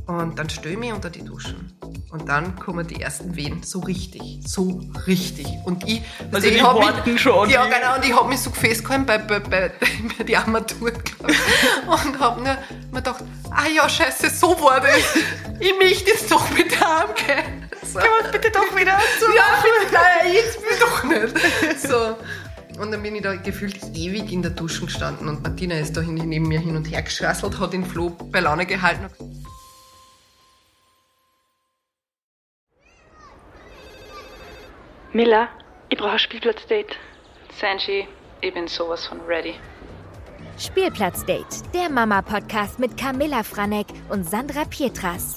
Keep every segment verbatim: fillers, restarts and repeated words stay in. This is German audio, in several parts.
Und dann stelle ich mich unter die Duschen. Und dann kommen die ersten Wehen. So richtig. So richtig. Und ich... Also ich die hab warten mich, schon. Ja, genau. Und ich habe mich so festgehalten bei, bei, bei, bei der Armatur, glaube ich. Und habe nur mir gedacht, ah ja, scheiße, so war das. Ich möchte jetzt doch bitte heimgehen. So. Können wir bitte doch wieder zu Ja, bitte, nein, jetzt will ich doch nicht. So. Und dann bin ich da gefühlt ewig in der Dusche gestanden. Und Martina ist da neben mir hin und her geschrasselt, hat den Flo bei Laune gehalten. Miller, ich brauche ein Spielplatzdate. Sanji, ich bin sowas von ready. Spielplatzdate, der Mama-Podcast mit Camilla Franek und Sandra Pietras.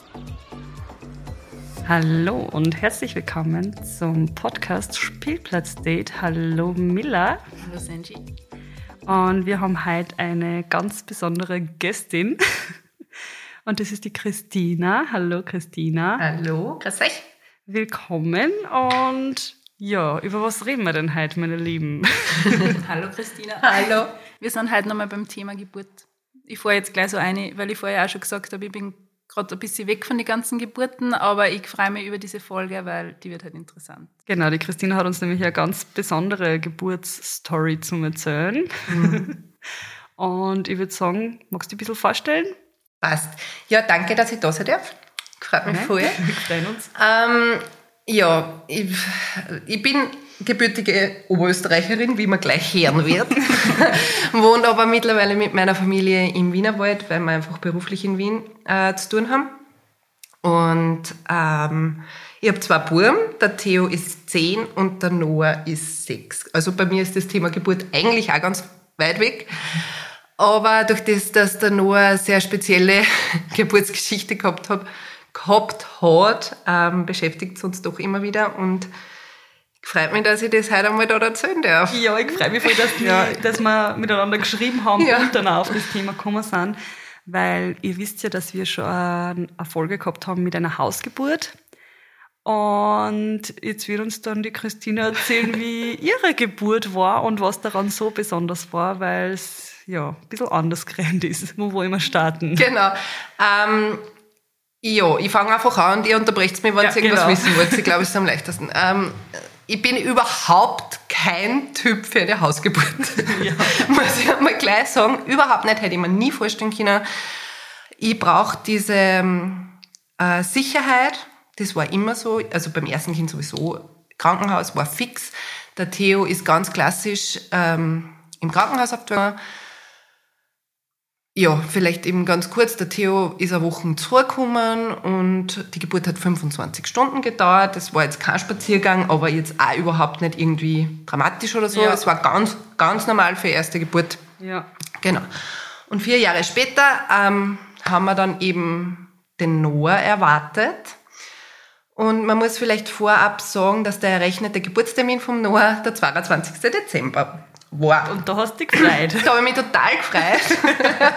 Hallo und herzlich willkommen zum Podcast Spielplatzdate. Hallo Miller. Hallo Sanji. Und wir haben heute eine ganz besondere Gästin. Und das ist die Christina. Hallo Christina. Hallo, grüß euch. Willkommen und ja, über was reden wir denn heute, meine Lieben? Hallo Christina. Hallo. Wir sind heute nochmal beim Thema Geburt. Ich fahre jetzt gleich so eine, weil ich vorher auch schon gesagt habe, ich bin gerade ein bisschen weg von den ganzen Geburten, aber ich freue mich über diese Folge, weil die wird halt interessant. Genau, die Christina hat uns nämlich eine ganz besondere Geburtsstory zum Erzählen. Mhm. Und ich würde sagen, magst du dich ein bisschen vorstellen? Passt. Ja, danke, dass ich da sein darf. Freut mich voll. Wir freuen uns. Ähm, ja, ich, ich bin gebürtige Oberösterreicherin, wie man gleich hören wird. Wohne aber mittlerweile mit meiner Familie im Wienerwald, weil wir einfach beruflich in Wien äh, zu tun haben. Und ähm, ich habe zwei Buben, der Theo ist zehn und der Noah ist sechs. Also bei mir ist das Thema Geburt eigentlich auch ganz weit weg. Aber durch das, dass der Noah eine sehr spezielle Geburtsgeschichte gehabt hat, gehabt hat, ähm, beschäftigt es uns doch immer wieder und freut mich, dass ich das heute einmal da erzählen darf. Ja, ich freue mich voll, dass, ja. wir, dass wir miteinander geschrieben haben ja. und dann auch auf das Thema gekommen sind, weil ihr wisst ja, dass wir schon eine Folge gehabt haben mit einer Hausgeburt und jetzt wird uns dann die Christina erzählen, wie ihre Geburt war und was daran so besonders war, weil es ja ein bisschen anders gerannt ist. Wo wollen wir starten? Genau. Ähm, Ja, ich fange einfach an und ihr unterbrecht mich, wenn ja, ihr irgendwas genau. wissen wollt. Ich glaube, es ist am leichtesten. Ähm, ich bin überhaupt kein Typ für eine Hausgeburt. Ja. Muss ich mal gleich sagen. Überhaupt nicht, hätte ich mir nie vorstellen können. Ich brauche diese äh, Sicherheit. Das war immer so. Also beim ersten Kind sowieso. Krankenhaus war fix. Der Theo ist ganz klassisch ähm, im Krankenhaus abgegangen. Ja, vielleicht eben ganz kurz, der Theo ist eine Woche zurückgekommen und die Geburt hat fünfundzwanzig Stunden gedauert. Das war jetzt kein Spaziergang, aber jetzt auch überhaupt nicht irgendwie dramatisch oder so. Ja. Es war ganz, ganz normal für erste Geburt. Ja. Genau. Und vier Jahre später ähm, haben wir dann eben den Noah erwartet. Und man muss vielleicht vorab sagen, dass der errechnete Geburtstermin vom Noah der zweiundzwanzigsten Dezember war. Und da hast du dich gefreut. Da habe ich mich total gefreut,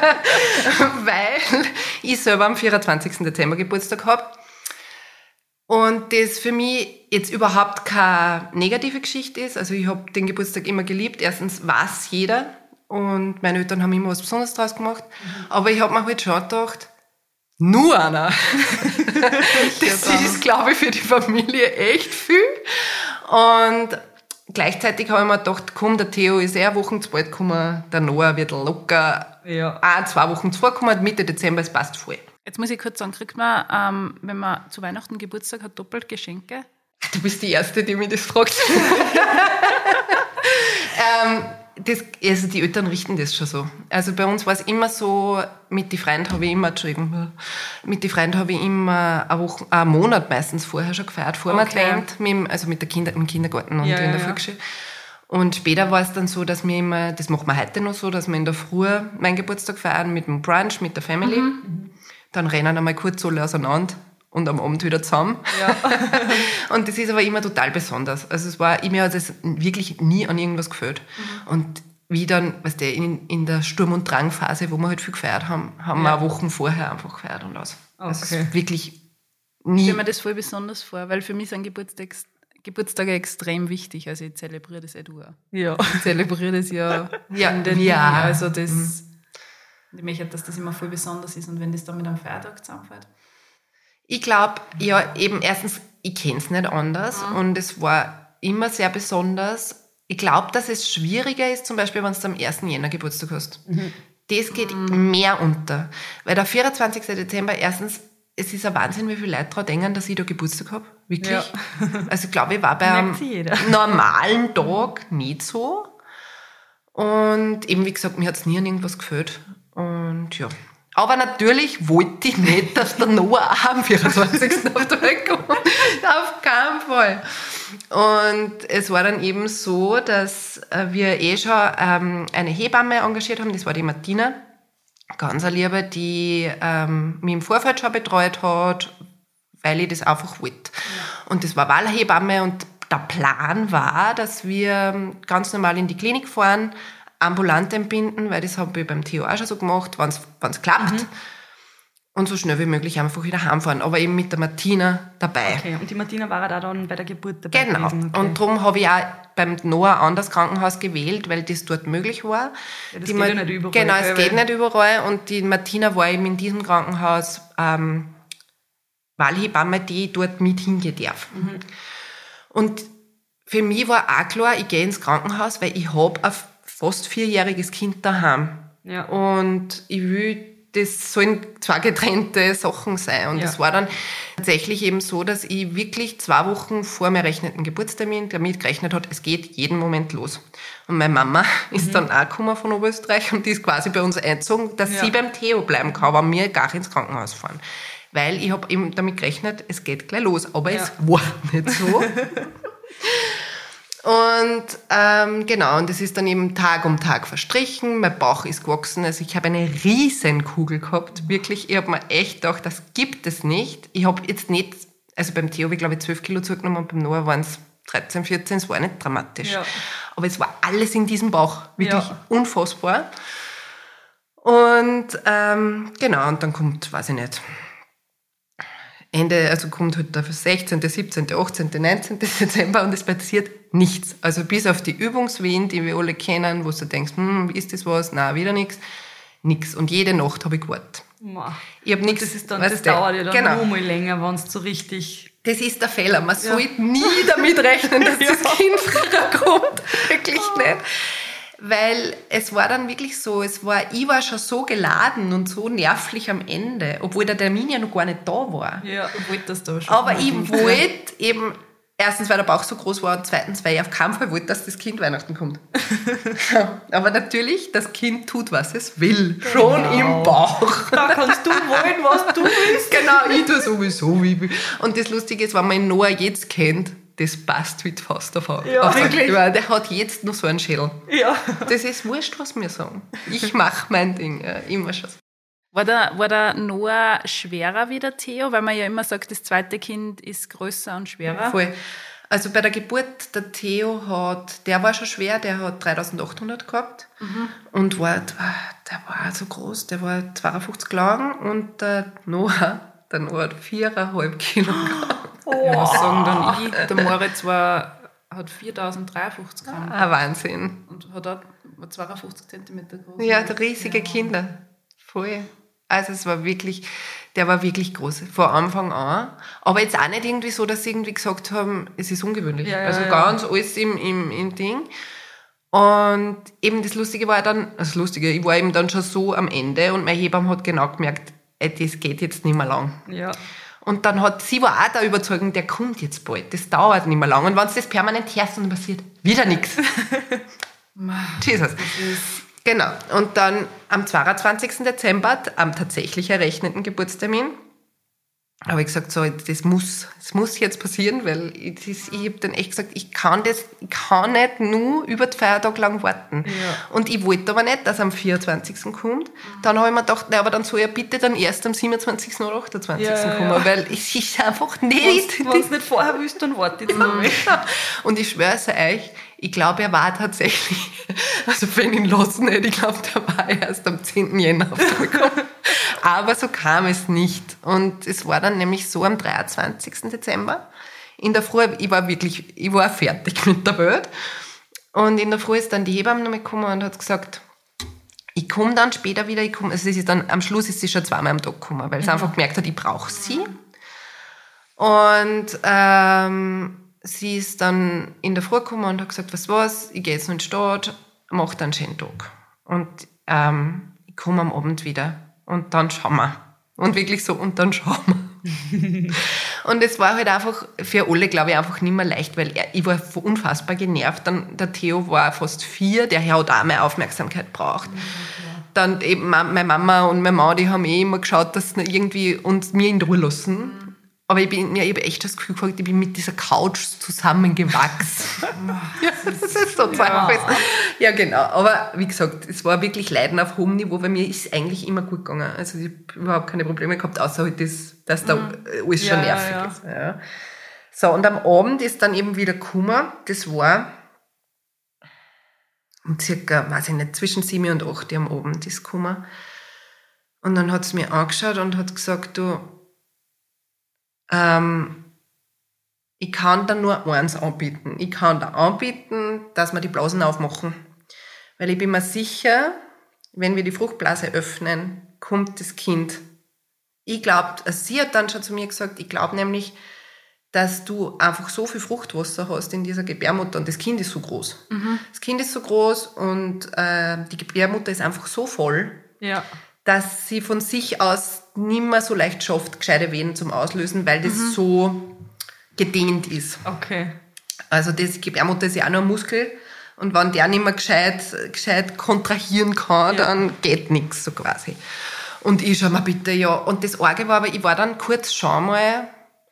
weil ich selber am vierundzwanzigsten Dezember Geburtstag habe. Und das für mich jetzt überhaupt keine negative Geschichte ist. Also ich habe den Geburtstag immer geliebt. Erstens weiß jeder und meine Eltern haben immer was Besonderes draus gemacht. Mhm. Aber ich habe mir halt schon gedacht, nur einer. Das ist, glaube ich, für die Familie echt viel. Und gleichzeitig habe ich mir gedacht, komm, der Theo ist eher Wochen zu bald gekommen, der Noah wird locker ja. ein, zwei Wochen zuvor gekommen, Mitte Dezember, es passt voll. Jetzt muss ich kurz sagen, kriegt man, ähm, wenn man zu Weihnachten Geburtstag hat, doppelt Geschenke? Du bist die Erste, die mich das fragt. ähm, das, also die Eltern richten das schon so. Also bei uns war es immer so, mit den Freunden habe ich immer, Entschuldigung, mit den Freunden habe ich immer eine Woche, einen Monat meistens vorher schon gefeiert, vor dem okay. Advent, mit dem, also mit der Kinder, im Kindergarten und ja, in der ja. Volksschule. Und später war es dann so, dass wir immer, das machen wir heute noch so, dass wir in der Früh meinen Geburtstag feiern mit dem Brunch, mit der Family. Mhm. Dann rennen einmal kurz alle auseinander und am Abend wieder zusammen. Ja. Und das ist aber immer total besonders. Also es war, mir hat es wirklich nie an irgendwas gefällt. Mhm. Und wie dann, weißt du, in, in der Sturm- und Drangphase, wo wir halt viel gefeiert haben, haben ja. wir Wochen vorher einfach gefeiert und aus. Okay. Also es ist wirklich nie... Ich stelle mir das voll besonders vor, weil für mich sind Geburtstag, Geburtstage extrem wichtig. Also ich zelebriere das eh du auch. Ja. Ich zelebriere das ja, ja in den ja. Also das... Mhm. Ich möchte, dass das immer voll besonders ist und wenn das dann mit einem Feiertag zusammenfällt. Ich glaube, ja, eben erstens, ich kenne es nicht anders mhm. und es war immer sehr besonders. Ich glaube, dass es schwieriger ist, zum Beispiel, wenn du am ersten Jänner Geburtstag hast. Mhm. Das geht mhm. mehr unter. Weil der vierundzwanzigsten Dezember, erstens, es ist ein Wahnsinn, wie viele Leute daran denken, dass ich da Geburtstag habe. Wirklich. Ja. Also ich glaube, ich war bei einem normalen Tag nicht so. Und eben, wie gesagt, mir hat es nie an irgendwas gefällt. Und ja. Aber natürlich wollte ich nicht, dass der Noah auch am vierundzwanzigsten auf die Welt kommt. Auf keinen Fall. Und es war dann eben so, dass wir eh schon ähm, eine Hebamme engagiert haben, das war die Martina, ganz eine Liebe, die ähm, mich im Vorfeld schon betreut hat, weil ich das einfach wollte. Ja. Und das war Wahlhebamme und der Plan war, dass wir ganz normal in die Klinik fahren, ambulant entbinden, weil das habe ich beim Theo auch schon so gemacht, wenn es klappt. Mhm. Und so schnell wie möglich einfach wieder heimfahren. Aber eben mit der Martina dabei. Okay, und die Martina war da dann bei der Geburt dabei Genau. gewesen? Okay. Und darum habe ich auch beim Noah ein anderes Krankenhaus gewählt, weil das dort möglich war. Ja, das die geht Ma- ja nicht überall. Genau, es geht nicht überall. Und die Martina war eben in diesem Krankenhaus ähm, Wahlhebamme, die dort mit hingehen darf. Mhm. Und für mich war auch klar, ich gehe ins Krankenhaus, weil ich habe ein fast vierjähriges Kind daheim. Ja. Und ich will, das sollen zwei getrennte Sachen sein. Und es ja. war dann tatsächlich eben so, dass ich wirklich zwei Wochen vor mir rechneten Geburtstermin damit gerechnet hat, es geht jeden Moment los. Und meine Mama mhm. ist dann auch gekommen von Oberösterreich und die ist quasi bei uns eingezogen, dass ja. sie beim Theo bleiben kann, aber wir gar ins Krankenhaus fahren. Weil ich habe eben damit gerechnet, es geht gleich los. Aber ja. es war nicht so. Und ähm, genau, und es ist dann eben Tag um Tag verstrichen, mein Bauch ist gewachsen, also ich habe eine riesen Kugel gehabt, wirklich, ich habe mir echt gedacht, das gibt es nicht. Ich habe jetzt nicht, also beim Theo habe ich glaube ich zwölf Kilo zugenommen und beim Noah waren es dreizehn, vierzehn, es war nicht dramatisch. Ja. Aber es war alles in diesem Bauch, wirklich ja. unfassbar. Und ähm, genau, und dann kommt, weiß ich nicht, Ende, also kommt halt der sechzehnten, siebzehnten, achtzehnten, neunzehnten Dezember und es passiert nichts. Also bis auf die Übungswehen, die wir alle kennen, wo du denkst, hm, ist das was? Nein, wieder nichts. Nix. Und jede Nacht habe ich gewartet. Wow. Ich habe nichts. Das, ist dann, das dauert ja dann genau. noch mal länger, wenn es so richtig... Das ist der Fehler. Man ja. sollte nie damit rechnen, dass ja. das Kind früher kommt. Wirklich oh. nicht. Weil es war dann wirklich so, es war, ich war schon so geladen und so nervlich am Ende, obwohl der Termin ja noch gar nicht da war. Ja, ich wollte das da schon. Aber ich wollte eben, erstens, weil der Bauch so groß war und zweitens, weil ich auf keinen Fall wollte, dass das Kind Weihnachten kommt. Aber natürlich, das Kind tut, was es will. Genau. Schon im Bauch. Da kannst du wollen, was du willst. Genau, ich tue sowieso, wie ich will. Und das Lustige ist, wenn man ihn Noah jetzt kennt, das passt wie fast auf Haut. Ja, wirklich. Der hat jetzt noch so einen Schädel. Ja. Das ist wurscht, was wir sagen. Ich mache mein Ding, ja, immer schon. War der, war der Noah schwerer wie der Theo? Weil man ja immer sagt, das zweite Kind ist größer und schwerer. Voll. Also bei der Geburt, der Theo hat, der war schon schwer, der hat dreitausendachthundert gehabt mhm. und war, der war so groß, der war zweiundfünfzig lang und der Noah, der Noah hat viereinhalb Kilo gehabt. Oh. Ja, was sagen dann ich? Der Moritz war, hat viertausenddreiundfünfzig Gramm. Ah, Wahnsinn. Und hat auch zweiundfünfzig Zentimeter groß. Ja, riesige ja. Kinder. Voll. Also es war wirklich, der war wirklich groß, von Anfang an. Aber jetzt auch nicht irgendwie so, dass sie irgendwie gesagt haben, es ist ungewöhnlich. Ja, ja, also ganz ja. alles im, im, im Ding. Und eben das Lustige war dann, also das Lustige, ich war eben dann schon so am Ende und meine Hebamme hat genau gemerkt, ey, das geht jetzt nicht mehr lang. Ja. Und dann hat sie war auch der Überzeugung, der kommt jetzt bald, das dauert nicht mehr lang. Und wenn es das permanent hörst und passiert, wieder nichts. Jesus. Genau. Und dann am zweiundzwanzigsten Dezember, am tatsächlich errechneten Geburtstermin, habe ich gesagt, so, das muss, das muss jetzt passieren, weil ich, ich habe dann echt gesagt, ich kann das, ich kann nicht nur über die Feiertage lang warten. Ja. Und ich wollte aber nicht, dass er am vierundzwanzigsten kommt. Dann habe ich mir gedacht, na, aber dann soll er bitte dann erst am siebenundzwanzigsten oder achtundzwanzigsten Ja, kommen, ja. weil es ist einfach nicht... Wenn du es nicht vorher willst, dann warte ich noch nicht. Und ich schwöre es euch, ich glaube, er war tatsächlich, also wenn ich ihn lassen hätte, ich glaube, der war erst am zehnten Jänner aufgekommen. Aber so kam es nicht. Und es war dann nämlich so am dreiundzwanzigsten Dezember. In der Früh, ich war wirklich, ich war fertig mit der Welt. Und in der Früh ist dann die Hebamme noch gekommen und hat gesagt, ich komme dann später wieder, ich komme, also es ist dann, am Schluss ist sie schon zweimal am Tag gekommen, weil sie mhm. einfach gemerkt hat, ich brauche sie. Und ähm, sie ist dann in der Früh gekommen und hat gesagt, was was, ich gehe jetzt noch in die Stadt, mach dann einen schönen Tag. Und ähm, ich komme am Abend wieder und dann schauen wir. Und wirklich so, und dann schauen wir. Und es war halt einfach für alle, glaube ich, einfach nicht mehr leicht, weil er, ich war unfassbar genervt. Dann der Theo war fast vier, der hat auch meine Aufmerksamkeit braucht. Mhm, dann eben meine Mama und meine Mama, die haben eh immer geschaut, dass sie irgendwie uns mir in Ruhe lassen. Mhm. Aber ich, bin, ich habe echt das Gefühl gehabt, ich bin mit dieser Couch zusammengewachsen. Ja, das ist so ja. ja, genau. Aber wie gesagt, es war wirklich Leiden auf hohem Niveau. Bei mir ist es eigentlich immer gut gegangen. Also ich habe überhaupt keine Probleme gehabt, außer halt das, dass da mhm. alles schon ja, nervig ja. ist. Ja. So, und am Abend ist dann eben wieder gekommen. Das war um circa, weiß ich nicht, zwischen sieben und acht am Abend ist gekommen. Und dann hat sie mir angeschaut und hat gesagt, du, Ähm, ich kann da nur eins anbieten. Ich kann da anbieten, dass wir die Blasen aufmachen. Weil ich bin mir sicher, wenn wir die Fruchtblase öffnen, kommt das Kind. Ich glaube, also sie hat dann schon zu mir gesagt, ich glaube nämlich, dass du einfach so viel Fruchtwasser hast in dieser Gebärmutter und das Kind ist so groß. Mhm. Das Kind ist so groß und äh, die Gebärmutter ist einfach so voll, ja. dass sie von sich aus nicht mehr so leicht schafft, gescheite Venen zum Auslösen, weil das mhm. so gedehnt ist. Okay. Also das Gebärmutter ist ja auch nur ein Muskel und wenn der nicht mehr gescheit, gescheit kontrahieren kann, ja. dann geht nichts so quasi. Und ich schau mal bitte, ja. Und das Arge war aber, ich war dann kurz schon mal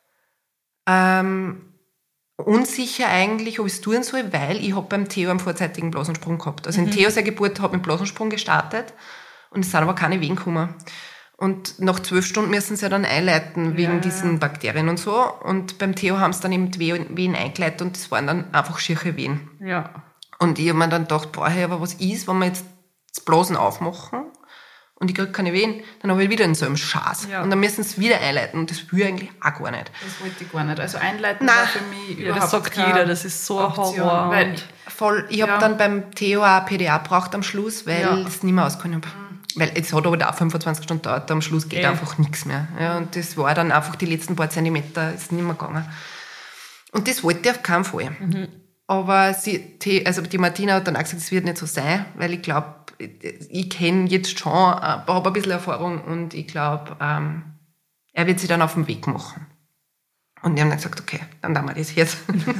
ähm, unsicher eigentlich, ob ich es tun soll, weil ich habe beim Theo einen vorzeitigen Blasensprung gehabt. Also mhm. in Theo seine Geburt hat mit Blasensprung gestartet und es sind aber keine Wehen gekommen. Und nach zwölf Stunden müssen sie ja dann einleiten wegen ja, diesen ja. Bakterien und so. Und beim Theo haben sie dann eben die Wehen eingeleitet und das waren dann einfach schiere Wehen. Ja. Und ich habe mir dann gedacht, boah, hey, aber was ist, wenn wir jetzt das Blasen aufmachen und ich kriege keine Wehen, dann habe ich wieder in so einem Schaß. Ja. Und dann müssen sie wieder einleiten und das will ich eigentlich auch gar nicht. Das wollte ich gar nicht. Also einleiten Nein. war für mich ja, überhaupt das sagt jeder, das ist so ein Horror. Weil voll, ich habe ja. dann beim Theo auch P D A gebraucht am Schluss, weil ja. das nicht mehr ausgekommen habe. Weil es hat aber auch fünfundzwanzig Stunden gedauert, am Schluss geht Ey. einfach nichts mehr. Ja, und das war dann einfach die letzten paar Zentimeter, ist nicht mehr gegangen. Und das wollte ich auf keinen Fall. Mhm. Aber sie, also die Martina hat dann auch gesagt, es wird nicht so sein, weil ich glaube, ich kenne jetzt schon, habe ein bisschen Erfahrung und ich glaube, ähm, er wird sich dann auf den Weg machen. Und die haben dann gesagt, okay, dann tun wir das jetzt.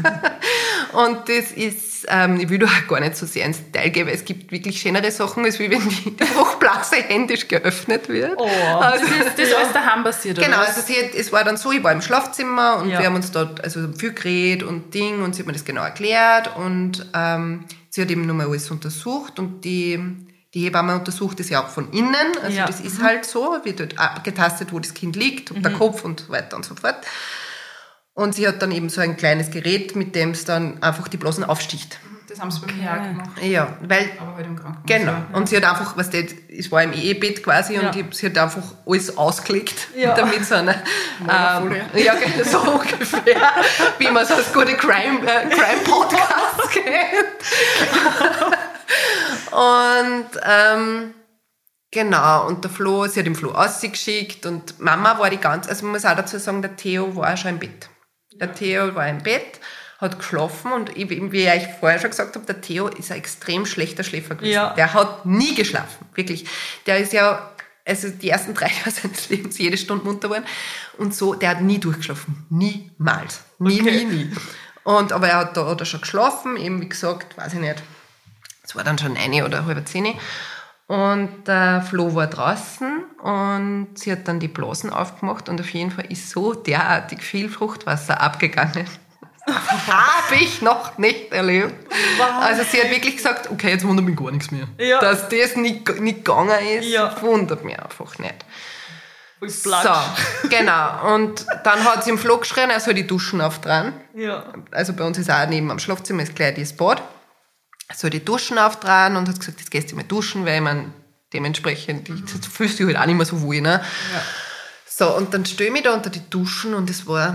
Und das ist, ähm, ich will da auch gar nicht so sehr ins Detail gehen, weil es gibt wirklich schönere Sachen, als wie wenn die, die Fruchtblase händisch geöffnet wird. Oh, also, das ist, das ist alles daheim passiert, oder? Genau, also sie hat, es war dann so, ich war im Schlafzimmer und ja. wir haben uns dort also viel geredet und Ding und sie hat mir das genau erklärt und ähm, sie hat eben nochmal alles untersucht und die, die Hebamme untersucht das ja auch von innen, also ja. das ist mhm. halt so, wird dort getastet, wo das Kind liegt, mhm. der Kopf und so weiter und so fort. Und sie hat dann eben so ein kleines Gerät, mit dem es dann einfach die Blasen aufsticht. Das haben sie bei mir auch gemacht. Ja, weil... Aber halt im Krankenhaus. Genau. Ja. Und sie hat einfach, weißt du, es war im Ehebett quasi ja. und die, sie hat einfach alles ausgelegt, ja. damit so eine... Ähm, ja, so ungefähr, wie man so als gute Crime, äh, Crime-Podcast kennt. Und... Ähm, Genau, und der Flo, sie hat den Flo ausgeschickt und Mama war die ganze, also man muss auch dazu sagen, der Theo war schon im Bett. Der Theo war im Bett, hat geschlafen und wie ich euch vorher schon gesagt habe, der Theo ist ein extrem schlechter Schläfer gewesen. Ja. Der hat nie geschlafen, wirklich. Der ist ja, also die ersten drei Jahre seines Lebens jede Stunde munter geworden und so, der hat nie durchgeschlafen. Niemals. Nie, okay. nie, nie. Und, aber er hat da hat er schon geschlafen, eben wie gesagt, weiß ich nicht, es war dann schon eine oder halb zehn. Und der Flo war draußen und sie hat dann die Blasen aufgemacht und auf jeden Fall ist so derartig viel Fruchtwasser abgegangen. Habe ich noch nicht erlebt. Wow. Also sie hat wirklich gesagt, okay, jetzt wundert mich gar nichts mehr. Ja. Dass das nicht, nicht gegangen ist, ja. wundert mich einfach nicht. So, genau. Und dann hat sie im Flo geschrien, er soll die Duschen auftragen. Ja. Also bei uns ist auch neben am Schlafzimmer ist gleich das Bad. So die Duschen auftragen und hat gesagt, jetzt gehst du mal duschen, weil man dementsprechend, mhm. ich fühlst dich halt auch nicht mehr so wohl, ne? Ja. So, und dann stehe ich mich da unter die Duschen und es war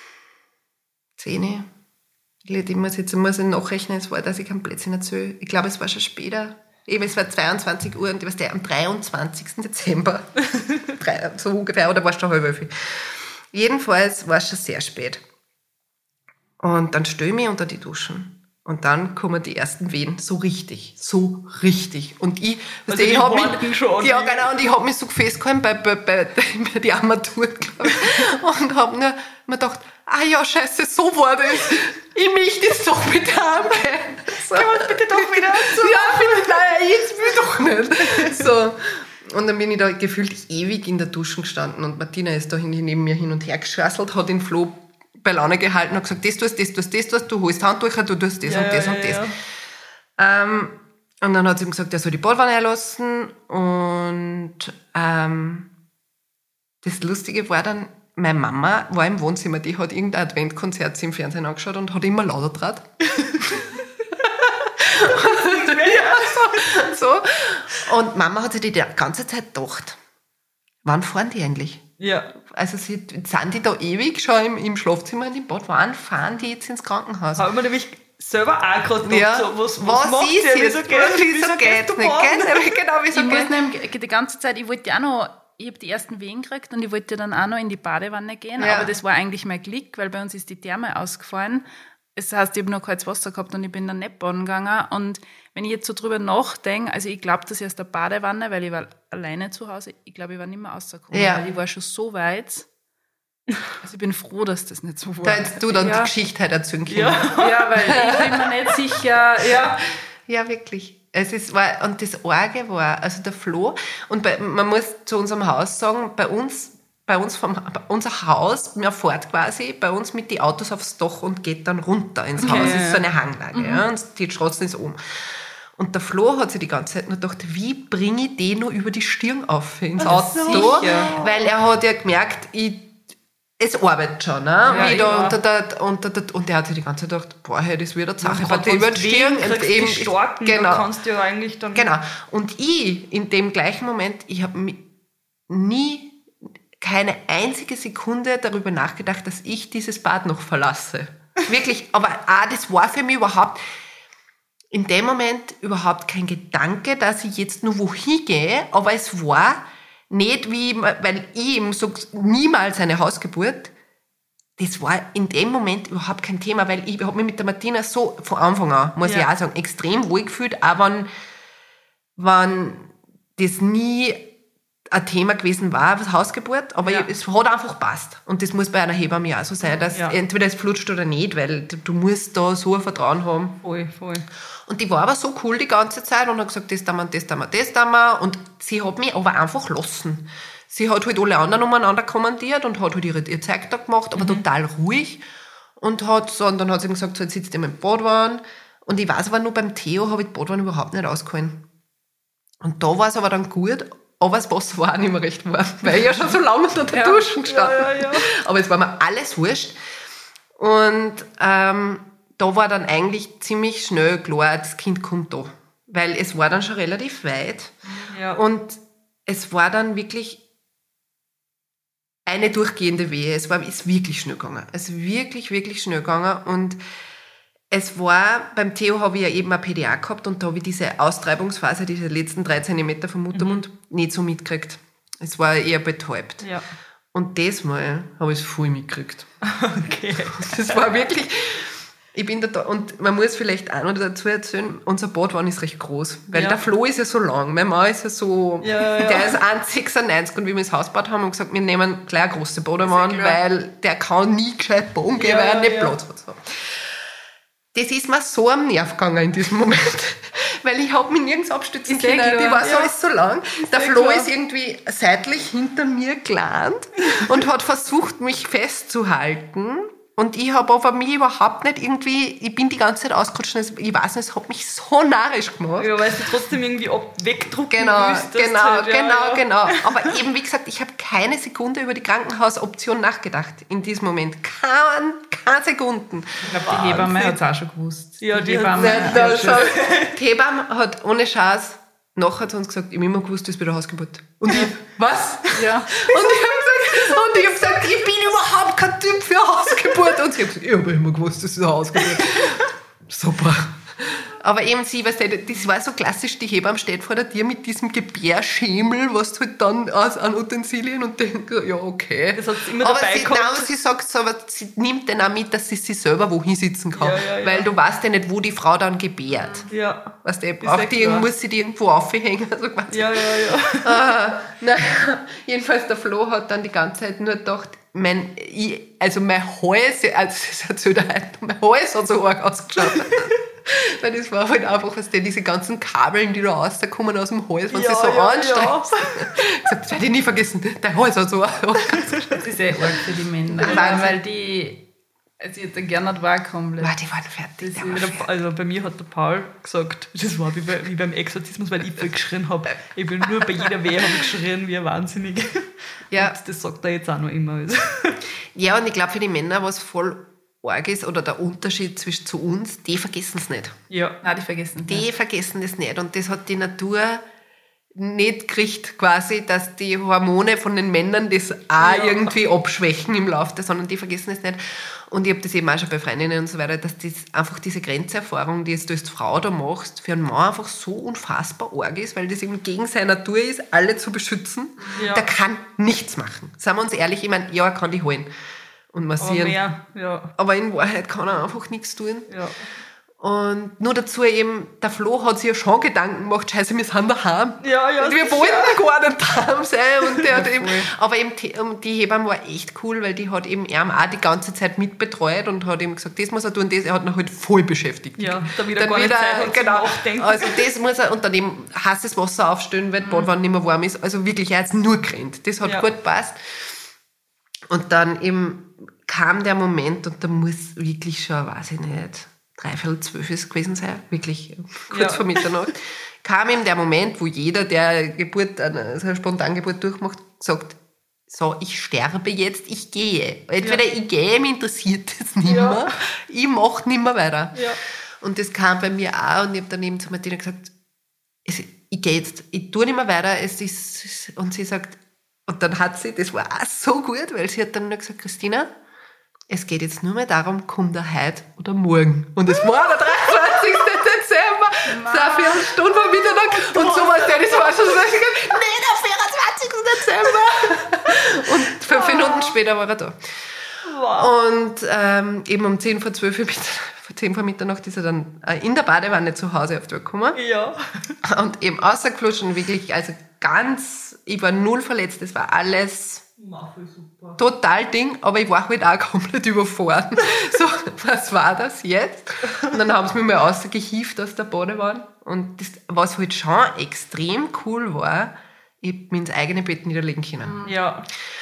zehn. Ich muss jetzt muss ich nachrechnen, es war, dass ich kein Plätzchen erzähle. Ich glaube, es war schon später. Eben, es war zweiundzwanzig Uhr und ich weiß, der am dreiundzwanzigsten Dezember, so ungefähr, oder war es schon halb elf, Jedenfalls war es schon sehr spät. Und dann stelle ich mich unter die Duschen. Und dann kommen die ersten Wehen, so richtig, so richtig. Und ich, also ich habe mich, schon, ja genau, und ich habe mich so festgehalten bei, bei, bei, bei der Armatur, glaube ich, und habe nur mir gedacht, ah ja, scheiße, so war das. Ich möchte jetzt doch bitte heimgehen. So. Kann man bitte doch wieder zu? Ja, bitte, nein, jetzt will ich doch nicht. So. Und dann bin ich da gefühlt ewig in der Dusche gestanden und Martina ist da neben mir hin und her geschasselt, hat den Flo bei Laune gehalten und gesagt, das tust, das tust, das tust, du holst Handtücher, du tust das ja, und das ja, und das. Ja. Ähm, und dann hat sie ihm gesagt, er soll die Badwanne einlassen und ähm, das Lustige war dann, meine Mama war im Wohnzimmer, die hat irgendein Adventkonzert im Fernsehen angeschaut und hat immer lauter draht. ja, so, so. Und Mama hat sich die ganze Zeit gedacht, wann fahren die eigentlich? Ja. Also sie, sind die da ewig schon im, im Schlafzimmer und im Bad? Wann fahren die jetzt ins Krankenhaus? Habe ich mir nämlich selber auch gerade gedacht, ja. so, was, was, was macht ist ihr? Wieso geht es wieso nicht? Geht nicht. Genau, wieso ich geht muss die ganze Zeit, ich wollte auch noch, ich habe die ersten Wehen gekriegt und ich wollte dann auch noch in die Badewanne gehen, ja. aber das war eigentlich mein Glück, weil bei uns ist die Therme ausgefallen. Das heißt, ich habe noch kaltes Wasser gehabt und ich bin dann nicht baden gegangen. Und wenn ich jetzt so drüber nachdenke, also ich glaube, dass ich aus der Badewanne, weil ich war alleine zu Hause, ich glaube, ich war nicht mehr rausgekommen, ja. weil ich war schon so weit. Also ich bin froh, dass das nicht so war. Da hättest du dann ja. die Geschichte halt erzählen können. Ja, ja, weil ich bin mir nicht sicher. Ja, ja wirklich. Es ist, war, und das Arge war, also der Flo, und bei, man muss zu unserem Haus sagen, bei uns, bei uns vom, unser Haus, man fährt quasi bei uns mit den Autos aufs Dach und geht dann runter ins Okay, Haus. ja, Es ist so ja. eine Hanglage, Mhm. ja, und die Straße ist oben. Und der Flo hat sich die ganze Zeit nur gedacht, wie bringe ich den noch über die Stirn auf ins Auto? so. Weil er hat ja gemerkt, ich, es arbeitet schon, ne? Ja, Wie da ja. unter der, unter der, und er hat sich die ganze Zeit gedacht, boah, hey, das wird eine Sache. Ja, Warte, über die Stirn. Und eben, die Starken, genau. da kannst du ja eigentlich dann... Genau. Und ich, in dem gleichen Moment, ich habe nie, keine einzige Sekunde darüber nachgedacht, dass ich dieses Bad noch verlasse. Wirklich. Aber auch, das war für mich überhaupt, in dem Moment überhaupt kein Gedanke, dass ich jetzt nur wohin gehe, aber es war nicht wie, weil ich ihm so, niemals eine Hausgeburt, das war in dem Moment überhaupt kein Thema, weil ich habe mich mit der Martina so von Anfang an, muss Ja. ich auch sagen, extrem wohl gefühlt, auch wenn, wenn das nie ein Thema gewesen war, was Hausgeburt, aber Ja. ich, es hat einfach passt. Und das muss bei einer Hebamme ja auch so sein, dass Ja. entweder es flutscht oder nicht, weil du, du musst da so ein Vertrauen haben. Voll, voll. Und die war aber so cool die ganze Zeit und hat gesagt, das tun wir, das tun wir, das tun wir. Und sie hat mich aber einfach lassen. Sie hat halt alle anderen umeinander kommandiert und hat halt ihre, ihr Zeug da gemacht, aber Mhm. total ruhig. Und, hat so, und dann hat sie ihm gesagt, so, jetzt sitzt ihr im Badwanne. Und ich weiß aber nur, beim Theo habe ich die Badwanne überhaupt nicht ausgehalten. Und da war es aber dann gut, aber das Wasser war auch nicht mehr recht warm, weil ich ja schon so lange unter der Ja. Dusche gestanden Ja, ja, ja. Aber es war mir alles wurscht. Und ähm, da war dann eigentlich ziemlich schnell klar, das Kind kommt da. Weil es war dann schon relativ weit. Ja. Und es war dann wirklich eine durchgehende Wehe. Es war, ist wirklich schnell gegangen. Es ist wirklich, wirklich schnell gegangen. Und es war, beim Theo habe ich ja eben ein P D A gehabt und da habe ich diese Austreibungsphase, diese letzten drei Zentimeter vom Muttermund, mhm. nicht so mitgekriegt. Es war eher betäubt. Ja. Und das Mal habe ich es voll mitgekriegt. Okay. Das war wirklich, ich bin da, und man muss vielleicht auch noch dazu erzählen, unser Badwanne ist recht groß, weil Ja. der Flo ist ja so lang, mein Mann ist ja so, Ja, ja. der ist eins Komma sechsundneunzig und wie wir das Haus gebaut haben, haben wir gesagt, wir nehmen gleich eine große Badwanne, weil der kann nie gescheit baden gehen, Ja, weil er nicht ja. Platz hat. So. Das ist mir so am Nerv gegangen in diesem Moment, weil ich habe mich nirgends abstützen Ist eh können. Die klar. war so, Ja. ist so lang. Der eh Flo klar. ist irgendwie seitlich hinter mir gelandet und hat versucht, mich festzuhalten. Und ich habe aber mich überhaupt nicht irgendwie, ich bin die ganze Zeit ausgerutscht. Ich weiß nicht, es hat mich so narrisch gemacht. Ja, weil du trotzdem irgendwie ab wegdrucken Genau, willst. dass genau, halt, ja, genau, ja. genau. Aber eben, wie gesagt, ich habe keine Sekunde über die Krankenhausoption nachgedacht in diesem Moment. Kein, keine Sekunden. Ich glaube, die Hebamme hat es auch schon gewusst. Ja, die hat- Hebamme, Nein, die da hat schau, schon- die Hebamme hat ohne Chance nachher zu uns gesagt, ich habe immer gewusst, das wird eine Hausgeburt. Und ich, was? Ja. Und ich habe gesagt, und ich hab gesagt, ich bin überhaupt kein Typ für eine Hausgeburt. Und sie hat gesagt, ich habe immer gewusst, das ist eine Hausgeburt. Super. Aber eben sie, weißt du, das war so klassisch, die Hebamme steht vor der Tür mit diesem Gebärschemel, was du halt dann aus, an Utensilien und denkt, ja, okay. Das hat sie immer aber dabei sie, gehabt. nein, sie sagt so, aber sie nimmt den auch mit, dass sie sich selber wohin sitzen kann. Ja, ja, ja. Weil du weißt ja nicht, wo die Frau dann gebärt. Ja. Weißt du, ja braucht die, klar. muss sie die irgendwo aufhängen. Also quasi. Ja, ja, ja. Ah, naja, jedenfalls der Flo hat dann die ganze Zeit nur gedacht, mein, ich, also mein Hals, also das erzählt er heute, mein Hals hat so arg ausgeschaut. Weil das war halt einfach, was denn diese ganzen Kabeln, die da rauskommen aus dem Hals, wenn Ja, sie so ja, anstrengt. ja. Ich sag, das werde ich nie vergessen, dein Hals hat so arg ausgeschaut. Das ist eh arg für die Männer. Wahnsinn. Weil die, also ich hätte gerne nicht war komplett. Wow, die waren fertig. Das Die waren ist, fertig. also bei mir hat der Paul gesagt, das war wie, bei, wie beim Exorzismus, weil ich viel geschrien habe. Ich bin nur bei jeder Wehe habe ich geschrien wie ein Wahnsinniger. Ja. Und das sagt er jetzt auch noch immer. Also. Ja, und ich glaube für die Männer, was voll arg ist, oder der Unterschied zwischen zu uns, die vergessen es nicht. Ja. Nein, die vergessen Die vergessen das nicht. Und das hat die Natur nicht gekriegt, quasi, dass die Hormone von den Männern das auch Ja. irgendwie abschwächen im Laufe, sondern die vergessen es nicht. Und ich habe das eben auch schon bei Freundinnen und so weiter, dass das einfach diese Grenzerfahrung, die jetzt du als Frau da machst, für einen Mann einfach so unfassbar arg ist, weil das eben gegen seine Natur ist, alle zu beschützen. Ja. Der kann nichts machen. Seien wir uns ehrlich, ich meine, ja, er kann die holen und Aber massieren. mehr, ja. Aber in Wahrheit kann er einfach nichts tun. ja. Und nur dazu eben, der Flo hat sich ja schon Gedanken gemacht, scheiße, wir sind daheim. Ja, ja, Und wir sicher. wollten gar nicht daheim sein. Und der hat eben, voll. aber eben die, um, die Hebamme war echt cool, weil die hat eben ihn auch die ganze Zeit mitbetreut und hat ihm gesagt, das muss er tun, das. Er hat ihn halt voll beschäftigt. Ja, damit er gar nicht Zeit hat zum genau, Nachdenken. also das muss er, und dann eben heißes Wasser aufstellen, weil die Badwanne nicht mehr warm ist. Also wirklich, er hat es nur gerannt. Das hat Ja. gut gepasst. Und dann eben kam der Moment, und da muss wirklich schon, weiß ich nicht, dreiviertel zwölf ist gewesen sein, wirklich kurz Ja. vor Mitternacht, kam eben der Moment, wo jeder, der Geburt, eine, so eine Spontangeburt durchmacht, sagt, so, ich sterbe jetzt, ich gehe. Entweder Ja. ich gehe, mich interessiert das nicht Ja. mehr, ich mache nicht mehr weiter. Ja. Und das kam bei mir auch, und ich habe dann eben zu Martina gesagt, es, ich gehe jetzt, ich tue nicht mehr weiter, es ist, und sie sagt, und dann hat sie, das war auch so gut, weil sie hat dann nur gesagt, Christina, es geht jetzt nur mehr darum, kommt er heute oder morgen. Und es war der dreiundzwanzigsten Dezember, so eine Viertelstunde vor Mitternacht. Und so was, das war schon so, ich gesagt, nee, der vierundzwanzigsten Dezember. Und fünf Minuten später war er da. Wow. Und ähm, eben um zehn vor zwölf, zehn vor Mitternacht ist er dann äh, in der Badewanne zu Hause auf die Welt gekommen. Ja. Und eben rausgeflutscht und wirklich, also ganz, ich war null verletzt, das war alles Super. total Ding, aber ich war halt auch komplett überfahren. So, was war das jetzt? Und dann haben sie mich mal rausgehievt aus der Badewanne. Und das, was halt schon extrem cool war, ich hab mich ins eigene Bett niederlegen können. Ja.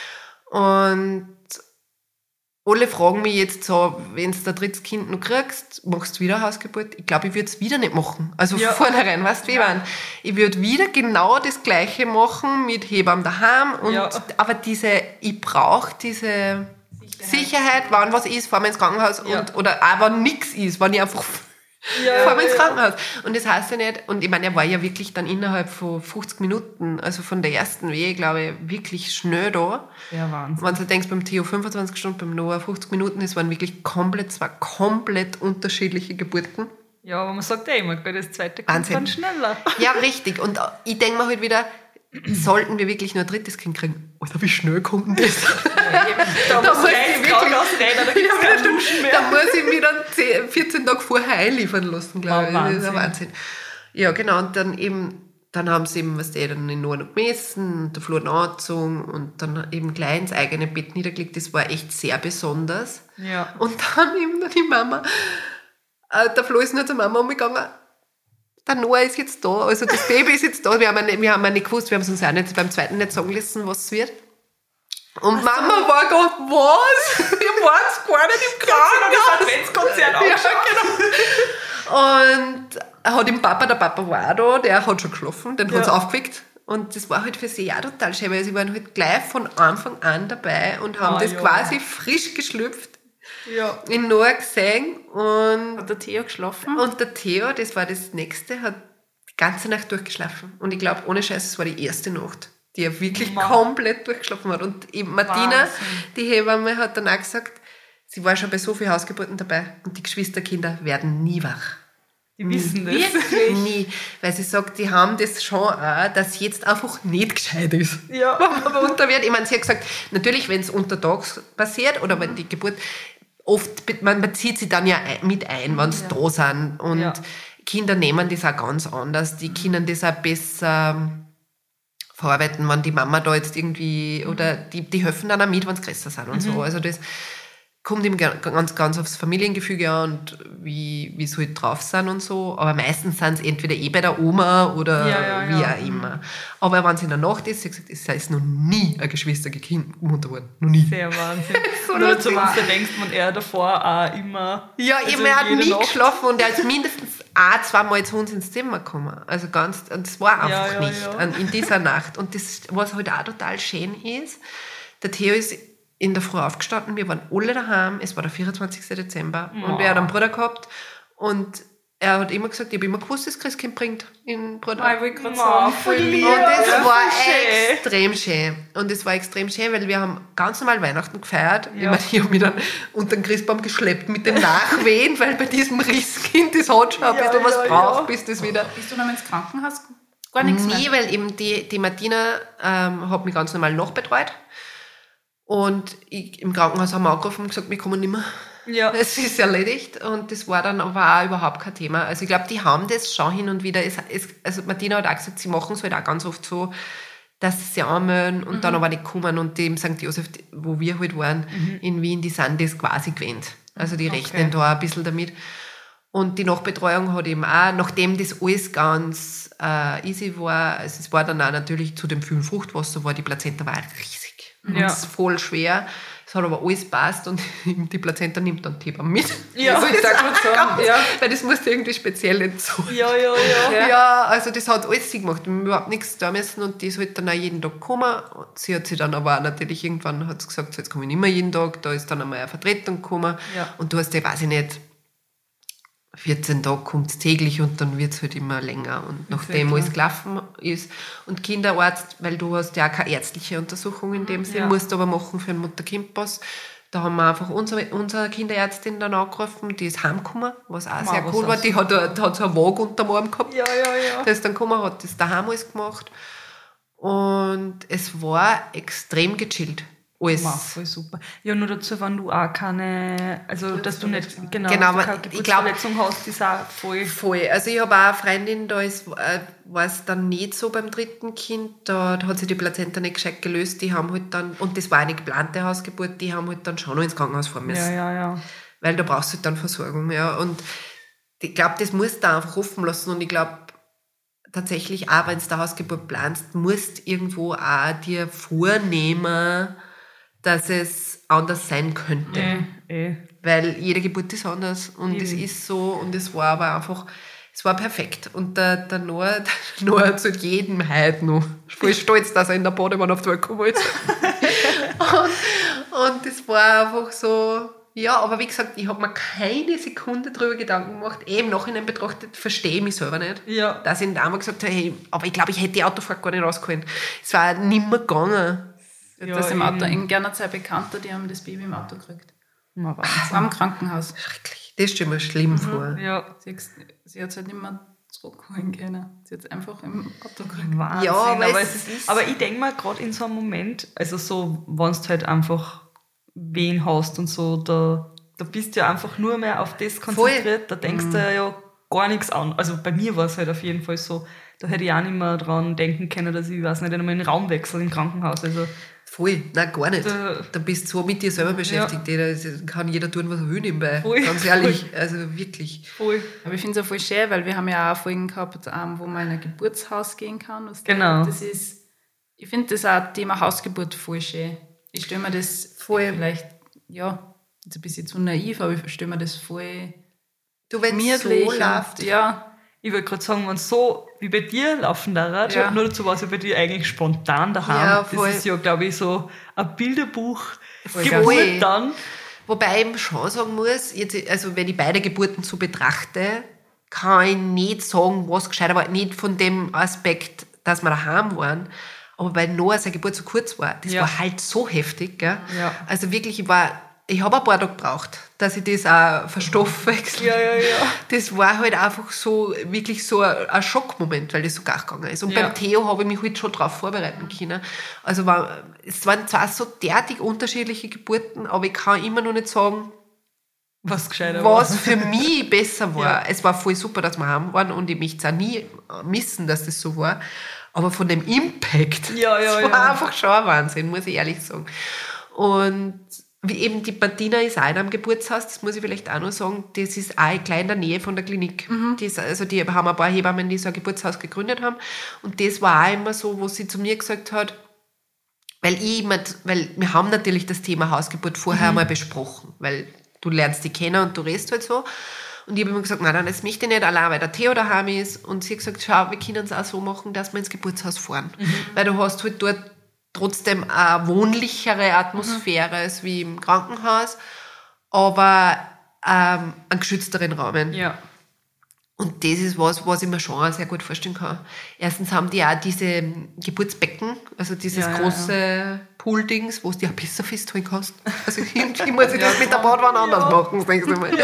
Und alle fragen mich jetzt so, wenn du dein drittes Kind noch kriegst, machst du wieder Hausgeburt? Ich glaube, ich würde es wieder nicht machen. Also Ja. von vornherein, weißt du, wie waren? Ich würde wieder genau das Gleiche machen mit Hebammen daheim. Und, Ja. Aber diese, ich brauche diese Sicherheit, wann was ist, fahren wir ins Krankenhaus. Ja. Und, oder auch wenn nichts ist, wenn ich einfach Ja, fahren wir ins ja. Krankenhaus. Und das heißt ja nicht, und ich meine, er war ja wirklich dann innerhalb von fünfzig Minuten, also von der ersten Wehe, glaube ich, wirklich schnell da. Ja, Wahnsinn. Wenn du denkst, beim Theo fünfundzwanzig Stunden, beim Noah fünfzig Minuten, es waren wirklich komplett, zwei komplett unterschiedliche Geburten. Ja, aber man sagt ja immer, gell, das zweite kommt Wahnsinn. dann schneller. Ja, richtig. Und ich denke mir halt wieder, sollten wir wirklich nur ein drittes Kind kriegen? Alter, wie schnell kommt denn das? Da, Da muss muss ich ich ins wirklich- Krankenhaus rennen, da gibt es Ja, kein Duschen mehr. Da muss ich mich dann zehn, vierzehn Tage vorher einliefern lassen, glaube ich. Wow, Das ist ein Wahnsinn. Wahnsinn. Ja, genau. Und dann eben, dann haben sie eben, was die dann in Norden gemessen, und der Flur angezogen und dann eben gleich ins eigene Bett niedergelegt. Das war echt sehr besonders. Ja. Und dann eben dann die Mama, äh, der Flo ist nur zur Mama umgegangen, der Noah ist jetzt da, also das Baby ist jetzt da. Wir haben, ja- wir haben ja nicht gewusst, wir haben es uns auch nicht, beim zweiten nicht sagen lassen, was es wird. Und Mama war gerade, was? Wir waren gar nicht im Krankenhaus. Adventskonzert Ja, genau. Und er hat im Papa, der Papa war auch da, der hat schon geschlafen, den Ja. hat es aufgeweckt. Und das war halt für sie auch total schön, weil sie waren halt gleich von Anfang an dabei und haben Ah, das ja. quasi frisch geschlüpft Ja. in Noah gesehen. Und, Hat der Theo geschlafen? und der Theo, das war das Nächste, hat die ganze Nacht durchgeschlafen. Und ich glaube, ohne Scheiß, es war die erste Nacht, die er wirklich Mann. komplett durchgeschlafen hat. Und eben Martina, Wahnsinn. die Hebamme, hat dann auch gesagt, sie war schon bei so vielen Hausgeburten dabei und die Geschwisterkinder werden nie wach. Die wissen das. Wirklich? Nie. Weil sie sagt, die haben das schon auch, dass jetzt einfach nicht gescheit ist. Ja. Wenn man unter wird. Ich meine, sie hat gesagt, natürlich, wenn es untertags passiert oder wenn die Geburt, oft, man bezieht sie dann ja mit ein, wenn sie ja. da sind. Und ja. Kinder nehmen das auch ganz anders. Die können das auch besser verarbeiten, wenn die Mama da jetzt irgendwie, oder die, die helfen dann auch mit, wenn sie größer sind und mhm. so. Also das kommt ihm ganz, ganz aufs Familiengefüge an und wie, wie sie halt drauf sind und so. Aber meistens sind sie entweder eh bei der Oma oder ja, ja, wie ja. auch immer. Aber wenn sie in der Nacht ist, sie hat gesagt, es ist noch nie eine Geschwistergemutter geworden. Noch nie. Sehr Wahnsinn. So Nur zu uns denkst, man er davor auch immer... Ja, also eben, er hat nie Nacht. geschlafen und er ist mindestens ein, zweimal zu uns ins Zimmer gekommen. Also ganz, und das war einfach ja, ja, nicht ja. an, in dieser Nacht. Und das, was halt auch total schön ist, der Theo ist in der Früh aufgestanden, wir waren alle daheim, es war der vierundzwanzigsten Dezember oh. und wir haben einen Bruder gehabt und er hat immer gesagt, ich habe immer gewusst, das Christkind bringt in Bruder. Oh, ich will gerade sagen, voll lieb. Und das ja, war schön. extrem schön. Und das war extrem schön, weil wir haben ganz normal Weihnachten gefeiert. Ja. Ich meine, ich habe mich dann unter den Christbaum geschleppt mit dem Nachwehen, weil bei diesem Risskind, das hat schon ein Ja, bisschen was ja, braucht, ja. bis das wieder... Bist du noch mal ins Krankenhaus? Gar nichts Nie, mehr? weil eben die, die Martina ähm, hat mich ganz normal nachbetreut. Und ich, im Krankenhaus haben wir angerufen und gesagt, wir kommen nicht mehr. Ja. Es ist erledigt und das war dann aber auch überhaupt kein Thema. Also ich glaube, die haben das schon hin und wieder. Es, es, also Martina hat auch gesagt, sie machen es halt auch ganz oft so, dass sie sich anmelden und mhm. dann aber nicht kommen. Und dem Sankt Josef, wo wir halt waren, mhm. in Wien, die sind das quasi gewöhnt. Also die rechnen okay. da ein bisschen damit. Und die Nachbetreuung hat eben auch, nachdem das alles ganz äh, easy war, also es war dann auch natürlich zu dem vielen Fruchtwasser, war die Plazenta war riesig. Ja. Und es ist voll schwer. Es hat aber alles passt und die Plazenta nimmt dann Thema mit. Ja, also ich sag mal so, ganz, ja. Weil das musste irgendwie speziell entzogen. Ja, ja, ja. Ja, also das hat alles sie gemacht. Wir haben überhaupt nichts da müssen und die ist halt dann auch jeden Tag gekommen. Und sie hat sich dann aber auch natürlich irgendwann hat sie gesagt, so, jetzt komme ich nicht mehr jeden Tag. Da ist dann einmal eine Vertretung gekommen. Ja. Und du hast ja, weiß ich nicht, vierzehn Tage kommt es täglich und dann wird es halt immer länger. Und nachdem alles gelaufen ist. Und Kinderarzt, weil du hast ja auch keine ärztliche Untersuchung in dem Sinn, ja. musst du aber machen für einen Mutter-Kind-Pass. Da haben wir einfach unsere, unsere Kinderärztin dann angerufen, die ist heimgekommen, was auch sehr cool war. Die hat, die hat so einen Wagen unter dem Arm gehabt. Ja, ja, ja. Der ist dann gekommen, hat das daheim alles gemacht. Und es war extrem gechillt. Alles. Wow, voll super. Ja, nur dazu, wenn du auch keine, also dass du nicht genau, genau du keine Geburtsverletzung hast, ist auch voll. Voll. Also ich habe auch eine Freundin, da ist, äh, war es dann nicht so beim dritten Kind, da, da hat sich die Plazenta nicht gescheit gelöst, die haben halt dann, und das war eine geplante Hausgeburt, die haben halt dann schon noch ins Krankenhaus fahren müssen. Ja, ja, ja. Weil da brauchst du halt dann Versorgung, ja. Und ich glaube, das musst du einfach offen lassen und ich glaube, tatsächlich auch, wenn du eine Hausgeburt planst, musst du irgendwo auch dir vornehmen, dass es anders sein könnte. Äh, äh. Weil jede Geburt ist anders und es ist so und es war aber einfach, es war perfekt. Und der, der Noah, der Noah erzählt jedem heute noch voll stolz, dass er in der Badewanne auf die Welt gekommen ist. und, und das war einfach so, ja, aber wie gesagt, ich habe mir keine Sekunde darüber Gedanken gemacht. Eben im Nachhinein betrachtet, verstehe ich mich selber nicht. Ja. Dass ich damals gesagt habe, hey, aber ich glaube, ich hätte die Autofahrt gar nicht rausgeholt. Es war nicht mehr gegangen. Ja, das im Auto, in gerne zwei Bekannte, die haben das Baby im Auto gekriegt. Am Krankenhaus. Schrecklich. Das stelle mir schlimm mhm. vor. Ja. Sie, sie hat es halt nicht mehr zurückholen können. Sie hat es einfach im Auto gekriegt. Wahnsinn. Ja, aber, aber, es ist, aber ich denke mal, gerade in so einem Moment, also so, wenn du halt einfach wen hast und so, da, da bist du ja einfach nur mehr auf das konzentriert, Voll. Da denkst mhm. du ja gar nichts an. Also bei mir war es halt auf jeden Fall so, da hätte ich auch nicht mehr dran denken können, dass ich, weiß nicht, einmal einen Raum wechsle im Krankenhaus. Also Voll, nein, gar nicht. Da, da bist du so mit dir selber beschäftigt. Ja. Jeder, kann jeder tun, was er will nebenbei. Voll. Ganz ehrlich, also wirklich. Voll. Aber ich finde es auch voll schön, weil wir haben ja auch Folgen gehabt, wo man in ein Geburtshaus gehen kann. Genau. Das ist, ich finde das auch Thema Hausgeburt voll schön. Ich stelle mir das voll, vielleicht, ja, jetzt ein bisschen zu naiv, aber ich stelle mir das voll du, wenn es so läuft. Ja. Ich wollte gerade sagen, wenn es so wie bei dir laufen darf, ja. nur dazu war es ja bei dir eigentlich spontan daheim. Ja, voll. Das ist ja, glaube ich, so ein Bilderbuch Geburt dann. Wobei ich schon sagen muss, jetzt, also wenn ich beide Geburten so betrachte, kann ich nicht sagen, was gescheit war. Nicht von dem Aspekt, dass wir daheim waren, aber weil Noah seine Geburt so kurz war, das ja. war halt so heftig. Gell? Ja. Also wirklich, ich war ich habe ein paar Tage gebraucht, dass ich das auch verstoffwechsel. Ja, ja, ja. Das war halt einfach so, wirklich so ein, ein Schockmoment, weil das so gar gegangen ist. Und Ja. beim Theo habe ich mich halt schon darauf vorbereiten können. Also war, es waren zwar so derartig unterschiedliche Geburten, aber ich kann immer noch nicht sagen, Was gescheiter war. was für mich besser war. Ja. Es war voll super, dass wir heim waren und ich möchte es auch nie missen, dass das so war. Aber von dem Impact, Ja, ja, das war ja. einfach schon ein Wahnsinn, muss ich ehrlich sagen. Und wie eben die Martina ist auch in einem Geburtshaus, das muss ich vielleicht auch noch sagen, das ist auch gleich in der Nähe von der Klinik. Mhm. Die ist, also die haben ein paar Hebammen, die so ein Geburtshaus gegründet haben. Und das war auch immer so, wo sie zu mir gesagt hat, weil ich immer, weil wir haben natürlich das Thema Hausgeburt vorher Mhm. mal besprochen, weil du lernst die kennen und du redest halt so. Und ich habe immer gesagt, nein, nein, das möchte ich nicht, allein weil der Theo daheim ist. Und sie hat gesagt, schau, wir können es auch so machen, dass wir ins Geburtshaus fahren. Mhm. Weil du hast halt dort trotzdem eine wohnlichere Atmosphäre Mhm. als wie im Krankenhaus, aber ähm, einen geschützteren Rahmen. Ja. Und das ist was, was ich mir schon auch sehr gut vorstellen kann. Erstens haben die auch diese Geburtsbecken, also dieses Ja, ja, große Pool-Dings, wo du dich auch besser festhalten kannst. Also irgendwie muss ich das mit der Badwanne anders machen, das denkst du mal.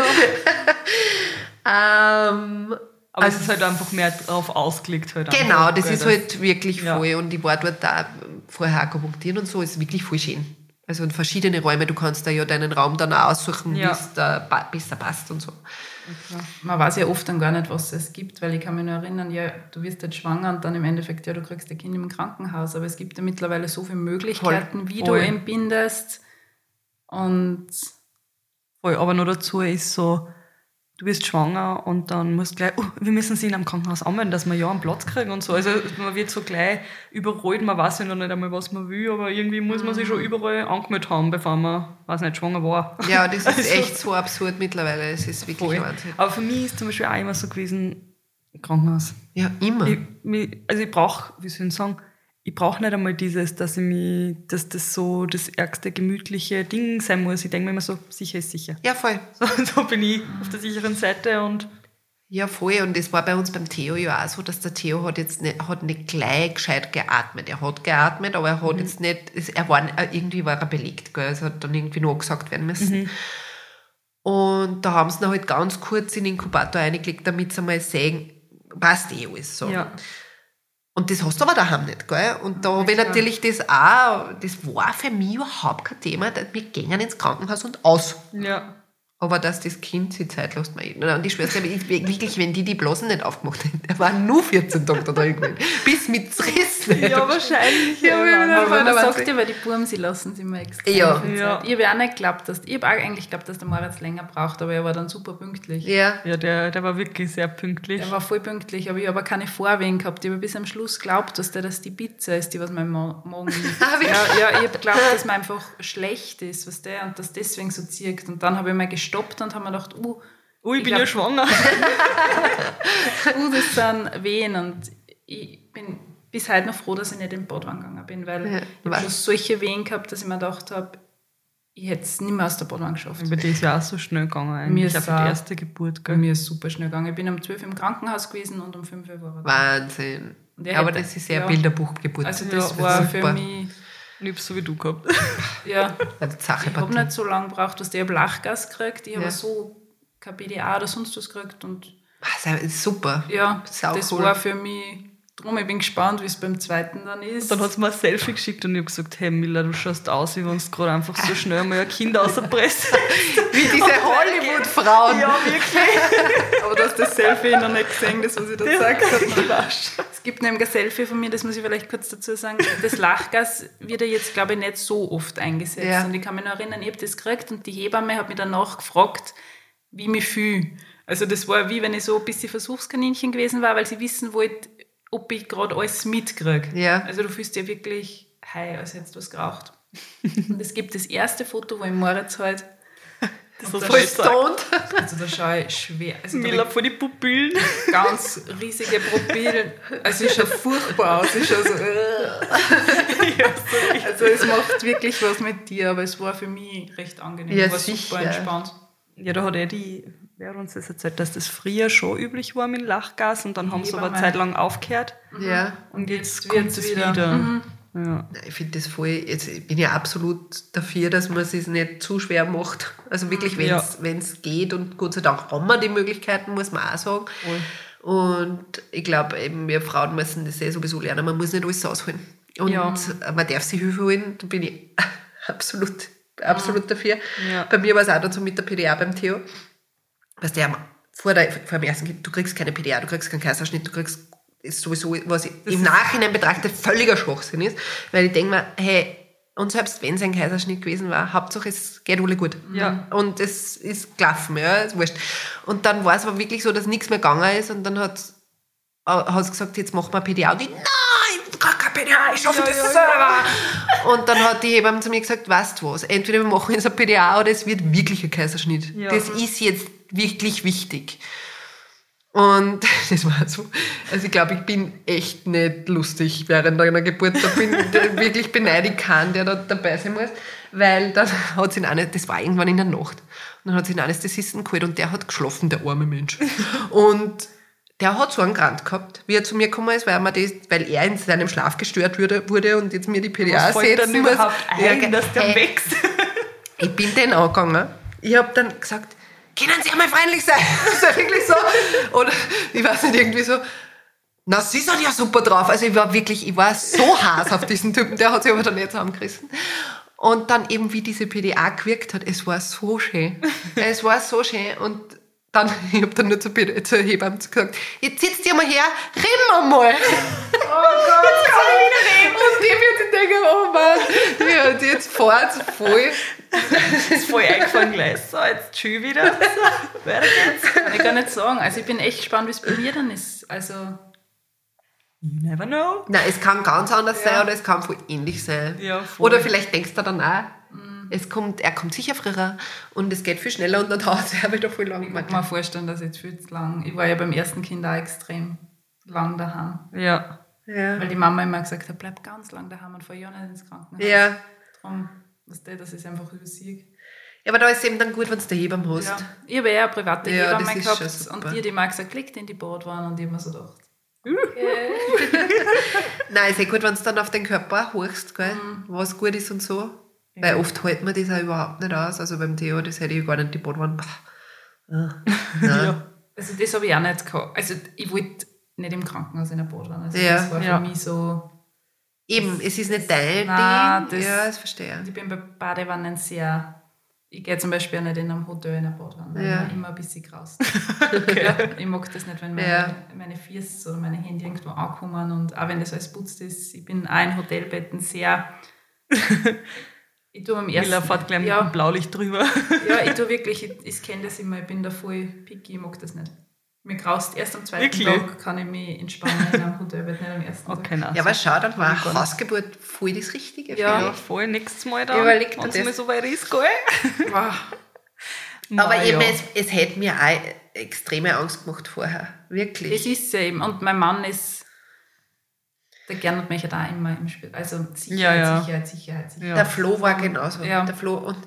ähm, Aber Also es ist halt einfach mehr darauf ausgelegt. Halt genau, einfach, das gell, ist halt wirklich Ja. voll. Und ich war dort da vorher akupunktieren und so, ist wirklich voll schön. Also in verschiedene Räume, du kannst da ja deinen Raum dann auch aussuchen, Ja. wie es da ba- besser passt und so. Man weiß ja oft dann gar nicht, was es gibt, weil ich kann mich nur erinnern, ja, du wirst jetzt schwanger und dann im Endeffekt, ja, du kriegst ein Kind im Krankenhaus, aber es gibt ja mittlerweile so viele Möglichkeiten, wie Voll. du entbindest und Voll, aber noch dazu ist so, du wirst schwanger und dann musst gleich, oh, wir müssen sie in einem Krankenhaus anmelden, dass wir ja einen Platz kriegen und so. Also man wird so gleich überrollt, man weiß ja noch nicht einmal, was man will, aber irgendwie muss man sich schon überall angemeldet haben, bevor man, weiß nicht, schwanger war. Ja, das ist Also, echt so absurd mittlerweile. Es ist wirklich voll. ein Wahnsinn. Aber für mich ist zum Beispiel auch immer so gewesen, Krankenhaus. Ja, immer. Ich, mich, also ich brauche, wie soll ich sagen, ich brauche nicht einmal dieses, dass ich mich, dass das so das ärgste, gemütliche Ding sein muss. Ich denke mir immer so, sicher ist sicher. Ja, voll. So, so bin ich auf der sicheren Seite und Ja, voll. Und das war bei uns beim Theo ja auch so, dass der Theo hat jetzt nicht, hat nicht gleich gescheit geatmet. Er hat geatmet, aber er hat Mhm. jetzt nicht, es- er war, irgendwie war er belegt, gell? Es hat dann irgendwie noch gesagt werden müssen. Mhm. Und da haben sie ihn halt ganz kurz in den Inkubator reingelegt, damit sie mal sehen, passt eh alles so. ja. Und das hast du aber daheim nicht, gell? Und da habe ich natürlich das auch, das war für mich überhaupt kein Thema, dass wir gehen ins Krankenhaus und aus. Ja. Aber dass das Kind sich Zeit lässt, man eh. Und die Schwester, ich, wirklich, wenn die die Blasen nicht aufgemacht hätten, der war nur vierzehn Tage da drin gewesen. Bis mit Riss nicht. Ja, wahrscheinlich. Ja, Ja, ja, aber war man der sagt Wahnsinn. ja, weil die Buben, sie lassen sich immer extrem Ja. viel Zeit. Ja. Ich habe auch nicht geglaubt, dass, ich habe auch eigentlich geglaubt, dass der Moritz länger braucht, aber er war dann super pünktlich. Ja. ja der, der war wirklich sehr pünktlich. Er war voll pünktlich, aber ich habe auch keine Vorwehen gehabt. Ich habe bis am Schluss geglaubt, dass der das die Pizza ist, die was mein Mo- Magen liebt. Ah, wirklich? ja, ja, ich habe geglaubt, dass mir einfach schlecht ist, was der und das deswegen so zirkt. Und dann habe ich mal gestoppt und habe mir gedacht, uh, Oh, ich, Ich bin glaub- ja schwanger. uh, das sind Wehen. Und ich bin bis heute noch froh, dass ich nicht in den Badwanne gegangen bin, weil Ja, ich was? habe solche Wehen gehabt, dass ich mir gedacht habe, ich hätte es nicht mehr aus der Badwanne geschafft. Bei dir ist ja auch so schnell gegangen Mir eigentlich. ist Auch für auch- die erste Geburt, Bei gell? mir ist es super schnell gegangen. Ich bin um zwölf im Krankenhaus gewesen und um fünf Uhr war er da. Wahnsinn. Und er Aber hätte- das ist ja ja. Bilderbuchgeburt. Also das Ja, war super. für mich, Ich hab's so wie du gehabt. ja, Also Sache ich habe nicht so lange gebraucht, dass ich habe Lachgas gekriegt. Ich habe Ja. so kein B D A oder sonst was gekriegt. Und Was, super. ja, Sau das cool. war für mich, drum, ich bin gespannt, wie es beim zweiten dann ist. Dann hat sie mir ein Selfie geschickt und ich habe gesagt, hey Miller, du schaust aus, wie wenn du gerade einfach so schnell mal ein Kind rauspresst. Wie diese Hollywood-Frauen. Ja, wirklich. Aber du hast das Selfie noch nicht gesehen, das, was ich da gesagt habe. Ich Es gibt nämlich ein Selfie von mir, das muss ich vielleicht kurz dazu sagen. Das Lachgas wird ja jetzt, glaube ich, nicht so oft eingesetzt. Ja. Und ich kann mich noch erinnern, ich habe das gekriegt und die Hebamme hat mich danach gefragt, wie ich mich fühle. Also das war wie wenn ich so ein bisschen Versuchskaninchen gewesen war, weil sie wissen wollte, ob ich gerade alles mitkriege. Ja. Also du fühlst dich ja wirklich high, als hättest du was geraucht. Und es gibt das erste Foto, wo ich Moritz halt, das Und hast da du Voll gesagt. stoned. also da schaue ich schwer. Also da Miller vor die Pupillen. ganz riesige Pupillen. Also es schaut furchtbar aus. Es schaut so, äh. Also es macht wirklich was mit dir, aber es war für mich recht angenehm. Ja, Ich war sicher. super entspannt. Ja, da hat er die, wer hat uns das erzählt, dass das früher schon üblich war mit Lamachgas und dann haben sie aber eine Hebamme. Zeit lang aufgehört Ja. und jetzt, Jetzt kommt wird's es wieder. wieder. Mhm. Ja. Ich finde das voll, jetzt ich bin ja absolut dafür, dass man es sich nicht zu schwer macht. Also wirklich, wenn es ja. geht und Gott sei Dank haben wir die Möglichkeiten, muss man auch sagen. Voll. Und ich glaube eben, wir Frauen müssen das ja sowieso lernen, man muss nicht alles ausholen. Und ja. man darf sich Hilfe holen, da bin ich absolut, absolut dafür. Ja. Bei mir war es auch dazu mit der P D A beim Theo, was der vor, der, vor dem ersten Kind, du kriegst keine P D A, du kriegst keinen Kaiserschnitt, du kriegst ist sowieso, was ich das im Nachhinein betrachte, völliger Schwachsinn ist, weil ich denke mir, hey, und selbst wenn es ein Kaiserschnitt gewesen war, Hauptsache es geht alle gut. Ja. Und es ist gelaufen, ja, ist wurscht. Und dann war es aber wirklich so, dass nichts mehr gegangen ist und dann hat es gesagt, jetzt machen wir P D A. Und ich, nein, ich kann keine P D A, ich schaffe ja, das ja, selber. Ja. Und dann hat die Hebamme zu mir gesagt, weißt du was, entweder wir machen jetzt ein P D A oder es wird wirklich ein Kaiserschnitt. Ja. Das ist jetzt wirklich wichtig. Und das war so, also ich glaube, ich bin echt nicht lustig während einer Geburt. Da bin ich wirklich beneidig kann, der da dabei sein muss, weil dann hat sie eine, das war irgendwann in der Nacht, und dann hat sie einen Anästhesisten geholt und der hat geschlafen, der arme Mensch. Und der hat so einen Grant gehabt, wie er zu mir gekommen ist, weil, man das, weil er in seinem Schlaf gestört wurde, wurde und jetzt mir die P D A setzen dann muss. Überhaupt ein, ja, dass der hey, wächst. Ich bin den angegangen. Ich habe dann gesagt, können Sie einmal freundlich sein? Das ist ja wirklich so. Oder ich weiß nicht, irgendwie so, na, Sie sind ja super drauf. Also ich war wirklich, ich war so heiß auf diesen Typen, der hat sich aber dann nicht zusammengerissen. Und dann eben, wie diese P D A gewirkt hat, es war so schön. Es war so schön. Und dann, ich habe dann nur zur, zur Hebamme gesagt, jetzt sitzt ihr mal her, reden wir mal. Oh Gott, jetzt kann ich wieder reden. Und die wird sich denken, oh Mann, ja, und jetzt fährt es voll. Das ist voll eingefallen gleich. So, jetzt tschüss wieder. So, weiter geht's. Kann ich gar nicht sagen. Also ich bin echt gespannt, wie es bei mir dann ist. Also you never know. Nein, es kann ganz anders ja. sein oder es kann voll ähnlich sein. Ja, voll. Oder vielleicht denkst du dann auch, mm. es kommt, er kommt sicher früher und es geht viel schneller und dann dauert es ja wieder voll lang. Ich kann mir vorstellen, dass jetzt viel zu lang. Ich war ja beim ersten Kind auch extrem lang daheim. Ja. ja. Weil die Mama immer gesagt hat, bleib ganz lang daheim und fahr ja nicht ins Krankenhaus. Ja. Darum, was der, das ist einfach übersiegt. Ja, aber da ist es eben dann gut, wenn du eine Hebamme hast. Ja. Ich habe ja eine private ja, Hebamme gehabt und die hat immer gesagt, leg in die Badwanne und ich habe mir so gedacht, okay. Nein, ist eh gut, wenn du dann auf den Körper horchst, gell? Mhm. Was gut ist und so. Ja. Weil oft hält man das auch überhaupt nicht aus. Also beim Theo, das hätte ich gar nicht die Badwanne. Ah, ja. Also das habe ich auch nicht gehabt. Also ich wollte nicht im Krankenhaus in der Badwanne. Also ja. das war für ja. mich so... Eben, es ist nicht dein Nein, Ding. Das, ja, das verstehe ich. Ich bin bei Badewannen sehr... Ich gehe zum Beispiel nicht in einem Hotel in eine Badwanne, ja. weil ich immer ein bisschen graust. Okay. Ja, ich mag das nicht, wenn meine, ja. meine Füße oder meine Hände irgendwo ankommen und auch wenn das alles putzt ist. Ich bin auch in Hotelbetten sehr... Ich tue am ersten... Miller fährt gleich ja, mit dem Blaulicht drüber. Ja, ich tue wirklich... Ich, ich kenne das immer, ich bin da voll picky, ich mag das nicht. Mir graust erst am zweiten wirklich? Tag kann ich mich entspannen in einem Hotelbett, nicht am ersten okay, Tag. Nein, ja, aber schau, dann war eine Hausgeburt voll das Richtige. Ja, ja, voll. Nächstes Mal dann, wenn es mal so weit ist, gell? Wow. Aber ja. eben, es, es hätte mir auch extreme Angst gemacht vorher. Wirklich. Es ist ja eben. Und mein Mann ist... Der Gernot möchte da immer im Spiel. Also Sicherheit, ja, ja. Sicherheit, Sicherheit, Sicherheit. Ja. Der Flo war genauso. Ja. Der Flo. Und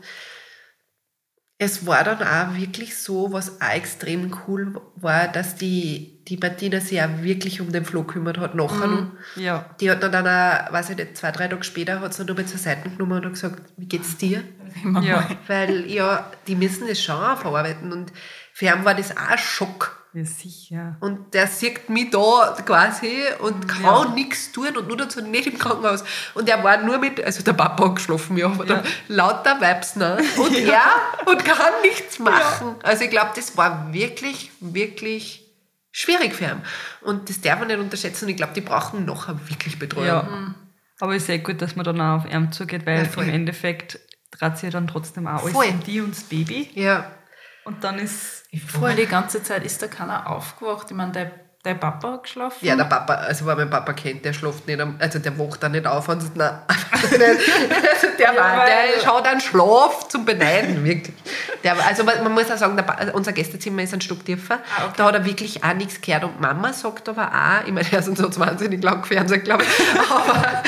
es war dann auch wirklich so, was auch extrem cool war, dass die, die Martina sich auch wirklich um den Flo gekümmert hat, nachher mhm. noch. Ja. Die hat dann auch, weiß ich nicht, zwei, drei Tage später hat sie noch mal zur Seite genommen und hat gesagt, wie geht's dir? Ja. Weil, ja, die müssen das schon auch verarbeiten und für ihn war das auch ein Schock. Ja, sicher. Und der sieht mich da quasi und kann ja. nichts tun und nur dazu nicht im Krankenhaus. Und er war nur mit, also der Papa hat geschlafen, ja, aber ja. lauter Vibes, ne? Und ja. er und kann nichts machen. Ja. Also ich glaube, das war wirklich, wirklich schwierig für ihn. Und das darf man nicht unterschätzen und ich glaube, die brauchen nachher wirklich Betreuung. Ja. Mhm. Aber es ist sehr gut, dass man dann auch auf ihn zugeht, weil ja, im Endeffekt dreht sich ja dann trotzdem auch alles um die und das Baby. Ja. Und dann ist... Vorher die ganze Zeit ist da keiner aufgewacht. Ich meine, dein, dein Papa hat geschlafen. Ja, der Papa, also wer mein Papa kennt, der schläft nicht, am, also der wacht da nicht auf und nein, also der, war, der schaut einen Schlaf zum Beneiden, wirklich. Der, also man muss auch sagen, der, unser Gästezimmer ist ein Stück tiefer, ah, okay. Da hat er wirklich auch nichts gehört und Mama sagt aber auch, ich meine, er ist uns so wahnsinnig lang gefernseht, glaube ich, aber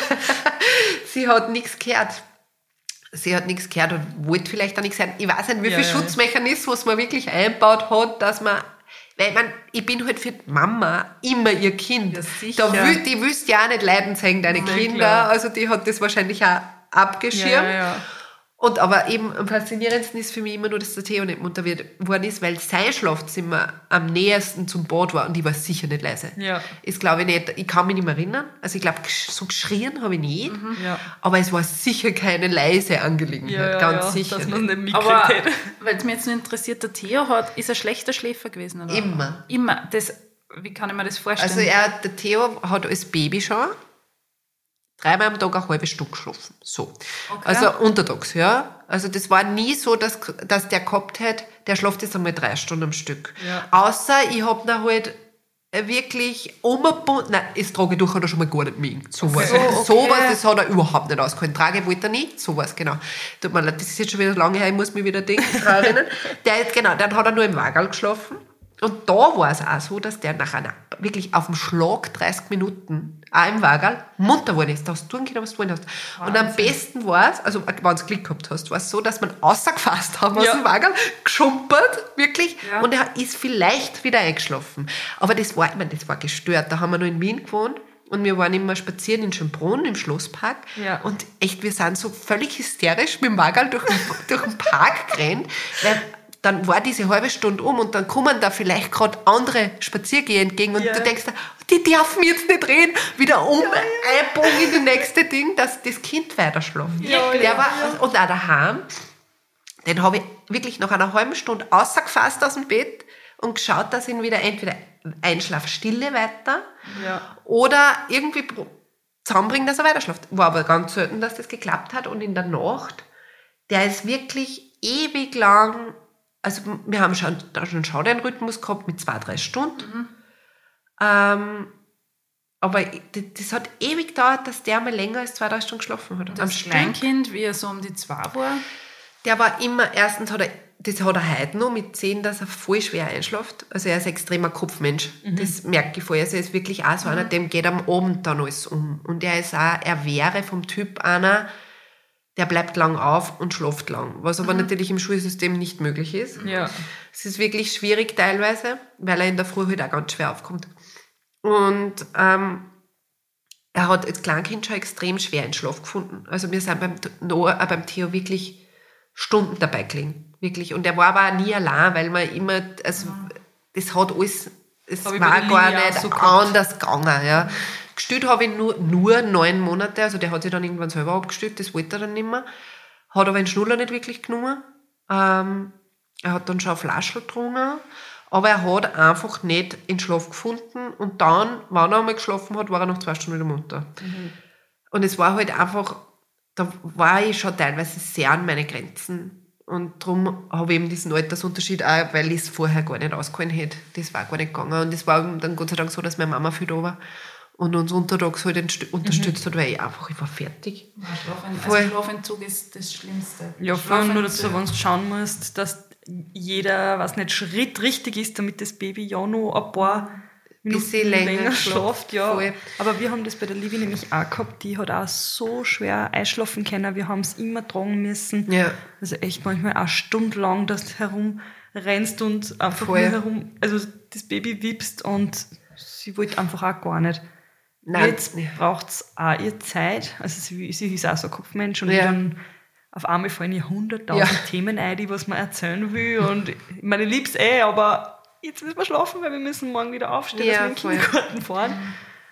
sie hat nichts gehört. Sie hat nichts gehört und wollte vielleicht auch nichts hören. Ich weiß nicht, wie viel ja, Schutzmechanismus man wirklich eingebaut hat, dass man Weil ich, mein, ich bin halt für die Mama immer ihr Kind. Ja, sicher. Da will, die willst ja auch nicht leiden sehen, deine Nein, Kinder. klar. Also die hat das wahrscheinlich auch abgeschirmt. Ja, ja, ja. Und aber eben am faszinierendsten ist für mich immer nur, dass der Theo nicht munter worden ist, weil sein Schlafzimmer am nähersten zum Bad war und ich war sicher nicht leise. Ja. Ist glaube ich nicht, ich kann mich nicht mehr erinnern. Also ich glaube, so geschrien habe ich nicht. Mhm. Ja. Aber es war sicher keine leise Angelegenheit, Ja, ja, ganz ja, sicher. dass man nicht. nicht mitgekriegt Aber hätte. weil es mich jetzt nur interessiert, der Theo hat, ist ein schlechter Schläfer gewesen, oder? Immer. Immer. Das, wie kann ich mir das vorstellen? Also er, der Theo hat als Baby schon dreimal am Tag eine halbe Stunde geschlafen. So. Okay. Also untertags, ja. Also das war nie so, dass, dass der gehabt hat, der schläft jetzt einmal drei Stunden am Stück. Ja. Außer ich hab ihn halt wirklich umgebunden. Nein, das Tragtuch hat er schon mal gar nicht mögen. Sowas. Okay. So, okay. Sowas, das hat er überhaupt nicht ausgehalten. Trage wollte er nicht, sowas, genau. Tut mir leid, das ist jetzt schon wieder lange her, ich muss mich wieder denken, daran erinnern. Der, genau, dann hat er nur im Wagerl geschlafen. Und da war es auch so, dass der nach einer, wirklich auf dem Schlag dreißig Minuten auch im Wagerl munter geworden ist. Da hast du tun können, was du wollen hast. Und am besten war es, also wenn du Glück gehabt hast, war es so, dass man rausgefasst haben aus Ja. dem Wagerl, geschumpert, wirklich, Ja. und er ist vielleicht wieder eingeschlafen. Aber das war, ich meine, das war gestört. Da haben wir noch in Wien gewohnt und wir waren immer spazieren in Schönbrunn, im Schlosspark. Ja. Und echt, wir sind so völlig hysterisch mit dem Wagerl durch, durch den Park gerannt, weil dann war diese halbe Stunde um und dann kommen da vielleicht gerade andere Spaziergehende entgegen und Ja. du denkst, die dürfen jetzt nicht reden, wieder um, einbogen in das nächste Ding, dass das Kind weiter schläft. Ja, Der ja, war, und auch daheim, den habe ich wirklich nach einer halben Stunde rausgefasst aus dem Bett und geschaut, dass ich ihn wieder entweder Einschlafstille weiter Ja. oder irgendwie pro- zusammenbringen, dass er weiter schläft. War aber ganz selten, dass das geklappt hat. Und in der Nacht, der ist wirklich ewig lang. Also wir haben schon, da schon einen Schauderrhythmus gehabt mit zwei, drei Stunden. Mhm. Ähm, aber das, das hat ewig gedauert, dass der mal länger als zwei, drei Stunden geschlafen hat. Am das Stück. Kleinkind, wie er so um die zwei war. Der war immer, erstens hat er, das hat er heute noch mit zehn, dass er voll schwer einschläft. Also er ist ein extremer Kopfmensch. Das merke ich voll. Also er ist wirklich auch so einer, dem geht am Abend dann alles um. Und er ist auch, er wäre vom Typ einer, der bleibt lang auf und schläft lang. Was aber natürlich im Schulsystem nicht möglich ist. Ja. Es ist wirklich schwierig teilweise, weil er in der Früh halt auch ganz schwer aufkommt. Und ähm, er hat als Kleinkind schon extrem schwer in Schlaf gefunden. Also wir sind beim, Noah, äh, beim Theo wirklich Stunden dabei gelegen. Wirklich. Und er war aber auch nie allein, weil man immer, also das hat alles, es Hab ich war bei der gar Linie auch nicht so gehabt. anders gegangen. Ja. Gestillt habe ich nur, nur neun Monate, also der hat sich dann irgendwann selber abgestillt, das wollte er dann nicht mehr. Hat aber den Schnuller nicht wirklich genommen. Ähm, er hat dann schon eine Flasche getrunken, aber er hat einfach nicht in den Schlaf gefunden und dann, wenn er einmal geschlafen hat, war er nach zwei Stunden wieder munter. Mhm. Und es war halt einfach, da war ich schon teilweise sehr an meine Grenzen. Und darum habe ich eben diesen Altersunterschied auch, weil ich es vorher gar nicht ausgehalten hätte. Das war gar nicht gegangen. Und es war dann Gott sei Dank so, dass meine Mama viel da war und uns untertags halt entst- unterstützt hat, weil ich einfach, ich war fertig. Schlafentzug, Voll. also Schlafentzug ist das Schlimmste. Ja, vor allem nur, dass du, Schlafentzug- wenn du schauen musst, dass jeder, was nicht, Schritt richtig ist, damit das Baby ja noch ein paar Minuten Bisschen länger länger schlaft. schlaft. Ja. Voll. Aber wir haben das bei der Livi nämlich auch gehabt, die hat auch so schwer einschlafen können, wir haben es immer tragen müssen. Ja. Also echt manchmal auch stundenlang, dass du herumrennst und einfach Voll. nur herum, also das Baby wippst und sie wollte einfach auch gar nicht. Nein. Jetzt braucht es auch ihre Zeit. Also sie, sie ist auch so ein Kopfmensch und Ja. dann auf einmal fallen ihr hunderttausend Ja. Themen ein, die was man erzählen will. Und ich meine, ich lieb's eh, aber jetzt müssen wir schlafen, weil wir müssen morgen wieder aufstehen, Ja, dass wir in den voll. Kindergarten fahren.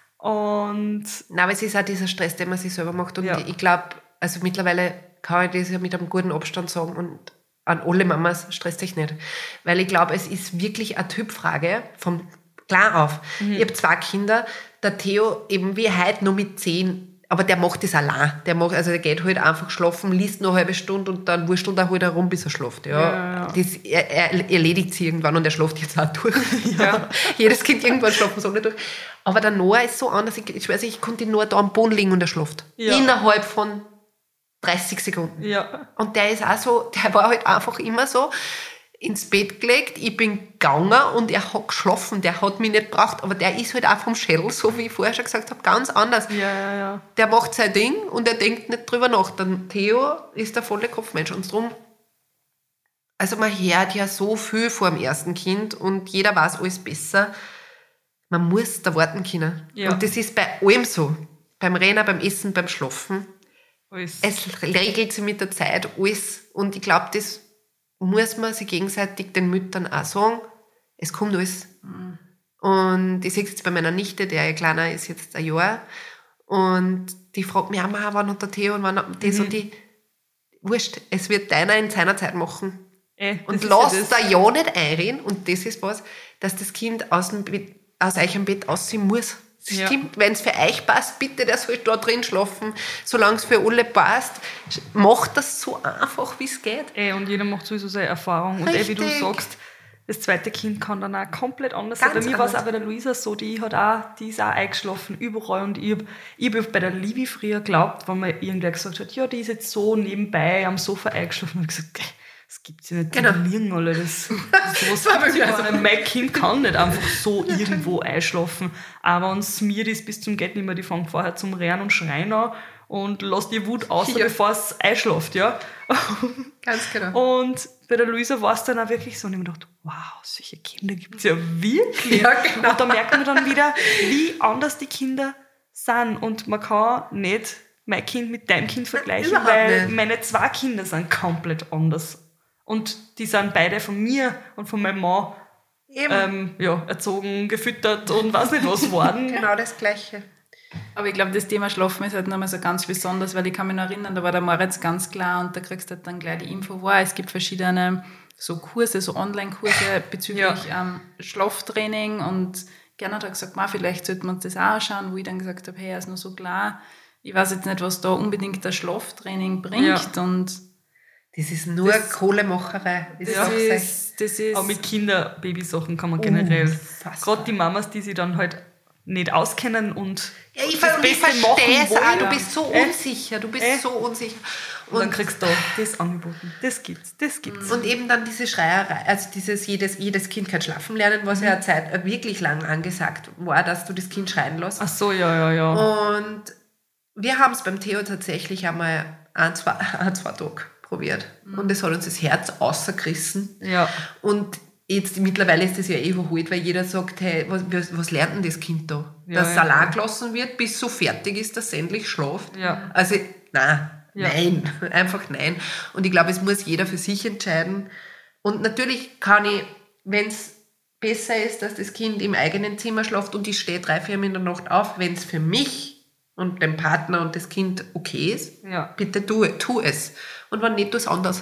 Und Nein, aber es ist auch dieser Stress, den man sich selber macht. Und Ja. ich glaube, also mittlerweile kann ich das ja mit einem guten Abstand sagen und an alle Mamas, stresst euch nicht. Weil ich glaube, es ist wirklich eine Typfrage vom klar auf. Mhm. Ich habe zwei Kinder, der Theo eben wie heute nur mit zehn, aber der macht das allein. Der macht, also der geht halt einfach schlafen, liest noch eine halbe Stunde und dann wurstelt er halt herum, bis er schläft. Ja. Ja, ja. Das, er, er erledigt sich irgendwann und er schläft jetzt auch durch. Ja. Jedes Kind irgendwann schlafen so nicht durch. Aber der Noah ist so anders. Ich, ich weiß nicht, ich konnte ihn nur da am Boden liegen und er schläft. Ja. Innerhalb von dreißig Sekunden. ja, Und der ist auch so, der war halt einfach immer so ins Bett gelegt, ich bin gegangen und er hat geschlafen, der hat mich nicht gebraucht, aber der ist halt auch vom Schädel, so wie ich vorher schon gesagt habe, ganz anders. ja, ja, ja. Der macht sein Ding und er denkt nicht drüber nach. Der Theo ist der volle Kopfmensch und darum also man hört ja so viel vor dem ersten Kind und jeder weiß alles besser. Man muss da warten können. Ja. Und das ist bei allem so. Beim Rennen, beim Essen, beim Schlafen. Alles. Es regelt sich mit der Zeit alles. Und ich glaube, das muss man sich gegenseitig den Müttern auch sagen. Es kommt alles. Mhm. Und ich sehe es jetzt bei meiner Nichte, der Kleiner ist jetzt ein Jahr. Und die fragt mich, Mama, wann hat der Theo und wann hat das mhm. und die. Wurscht, es wird deiner in seiner Zeit machen. Äh, und lass ja da ja nicht einreden. Und das ist was, dass das Kind aus, dem Bett, aus euch am Bett aussehen muss. Das ja. stimmt, wenn es für euch passt, bitte, der soll da drin schlafen. Solange es für alle passt, macht das so einfach, wie es geht. Ey, und jeder macht sowieso seine Erfahrung. Und ey, wie du sagst, das zweite Kind kann dann auch komplett anders sein. Bei mir war es auch bei der Luisa so, die hat auch, die ist auch eingeschlafen, überall. Und ich habe ich hab bei der Livi früher geglaubt, wenn mir irgendwer gesagt hat, ja, die ist jetzt so nebenbei am Sofa eingeschlafen. Und ich habe gesagt, das gibt's ja nicht, genau. Die liegen alle. Das, das, sowas gibt's ja also, mein Kind kann nicht einfach so irgendwo einschlafen. Aber wenn es mir ist bis zum Geht nicht mehr, die fangen vorher zum Rennen und Schreien an und lässt die Wut aus, ja. bevor es einschläft. Ja? Ganz genau. Und bei der Luisa war es dann auch wirklich so, und ich habe mir gedacht, wow, solche Kinder gibt es ja wirklich. Ja, genau. Und da merkt man dann wieder, wie anders die Kinder sind. Und man kann nicht mein Kind mit deinem Kind vergleichen, Überhaupt weil nicht. Meine zwei Kinder sind komplett anders. Und die sind beide von mir und von meinem Mann ähm, ja, erzogen, gefüttert und weiß nicht was worden. Genau das Gleiche. Aber ich glaube, das Thema Schlafen ist halt nochmal so ganz besonders, weil ich kann mich noch erinnern, da war der Moritz ganz klar und da kriegst du halt dann gleich die Info, wow, es gibt verschiedene so Kurse, so Online-Kurse bezüglich ja. ähm, Schlaftraining und Gernot hat gesagt, ma, vielleicht sollten wir uns das auch anschauen, wo ich dann gesagt habe, hey, er ist noch so klar, ich weiß jetzt nicht, was da unbedingt das Schlaftraining bringt ja. und das ist nur das, Kohlemacherei. Das, das, ist, das ist... Aber mit Kinder-Babysachen kann man generell... Gerade die Mamas, die sich dann halt nicht auskennen und ja, ich das Beste machen wollen. Auch, du ja. bist so äh? unsicher, du bist äh? so unsicher. Und, und dann kriegst du das angeboten, das gibt's, das gibt's. Und eben dann diese Schreierei, also dieses jedes, jedes Kind kann schlafen lernen, was mhm. ja eine Zeit wirklich lang angesagt war, dass du das Kind schreien lässt. Ach so, ja, ja, ja. Und wir haben es beim Theo tatsächlich einmal ein, zwei, ein, zwei Tage probiert. Mhm. Und es hat uns das Herz außergerissen. Ja. Und jetzt mittlerweile ist das ja eh überholt, weil jeder sagt, hey, was, was lernt denn das Kind da? Ja, dass es ja, allein ja. gelassen wird, bis so fertig ist, dass es endlich schläft. Ja. Also, nein, ja. nein, einfach nein. Und ich glaube, es muss jeder für sich entscheiden. Und natürlich kann ich, wenn es besser ist, dass das Kind im eigenen Zimmer schläft und ich stehe drei, vier in der Nacht auf, wenn es für mich und den Partner und das Kind okay ist, ja. bitte tu, tu es. Und wenn nicht, tu es anders.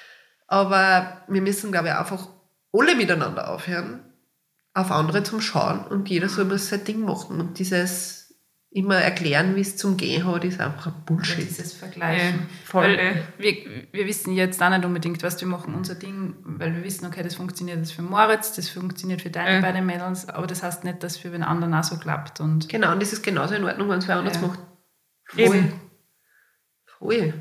Aber wir müssen, glaube ich, einfach alle miteinander aufhören, auf andere zum Schauen und jeder soll mal sein Ding machen. Und dieses immer erklären, wie es zum Gehen hat, ist einfach ein Bullshit. Ja, dieses Vergleichen. Äh, voll. Weil wir, wir wissen jetzt auch nicht unbedingt, was wir machen, unser Ding, weil wir wissen, okay, das funktioniert jetzt für Moritz, das funktioniert für deine äh. beiden Mädels, aber das heißt nicht, dass es für den anderen auch so klappt. Und genau, und das ist genauso in Ordnung, wenn es wer anders ja. macht. Voll. Eben. Voll.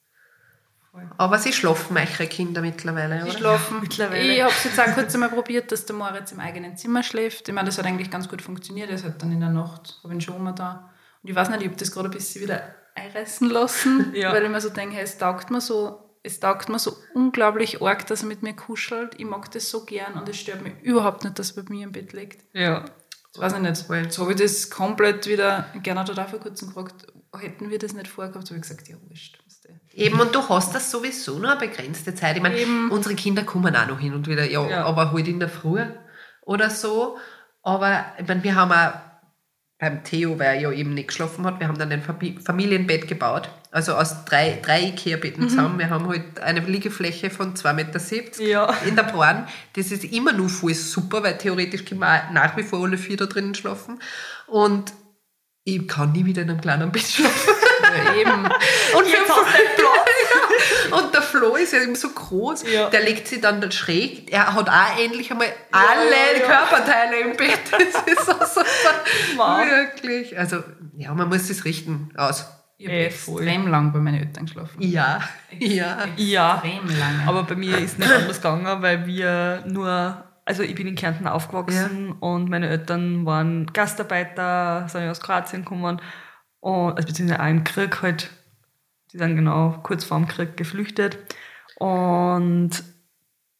Aber sie schlafen eure Kinder mittlerweile, oder? Sie schlafen. Ja, mittlerweile. Ich habe es jetzt auch kurz einmal probiert, dass der Moritz im eigenen Zimmer schläft. Ich meine, das hat eigentlich ganz gut funktioniert. Er ist halt dann in der Nacht, habe ihn schon immer da. Und ich weiß nicht, ich habe das gerade ein bisschen wieder einreißen lassen, ja. weil ich mir so denke, hey, es taugt mir so, es taugt mir so unglaublich arg, dass er mit mir kuschelt. Ich mag das so gern und es stört mich überhaupt nicht, dass er bei mir im Bett liegt. Ja. Das weiß ich nicht. Jetzt habe ich das komplett wieder, gerne hat er vor kurzem gefragt, hätten wir das nicht vorgehabt? Da habe ich gesagt, ja, wurscht. Eben, und du hast das sowieso nur eine begrenzte Zeit. Ich meine, Eben. unsere Kinder kommen auch noch hin und wieder, ja, ja. aber halt in der Früh oder so. Aber ich meine, wir haben auch beim Theo, weil er ja eben nicht geschlafen hat, wir haben dann ein Familienbett gebaut, also aus drei, drei Ikea-Betten mhm. zusammen. Wir haben halt eine Liegefläche von zwei Meter siebzig ja. in der Bahn. Das ist immer noch voll super, weil theoretisch können wir nach wie vor alle vier da drinnen schlafen. Und ich kann nie wieder in einem kleinen Bett schlafen. Ja, eben. Und, Jetzt hast du den Platz. Und der Flo ist ja eben so groß, ja. der legt sich dann, dann schräg. Er hat auch endlich einmal alle ja, ja. Körperteile im Bett. Das ist so super. Wow. Wirklich. Also, ja, man muss es richten aus. Ich habe extrem lang bei meinen Eltern geschlafen. Ja, ja. Ja, extrem lang. aber bei mir ist nicht anders gegangen, weil wir nur, also ich bin in Kärnten aufgewachsen ja. und meine Eltern waren Gastarbeiter, sind ja aus Kroatien gekommen, und, also beziehungsweise auch im Krieg halt, die sind genau kurz vor dem Krieg geflüchtet und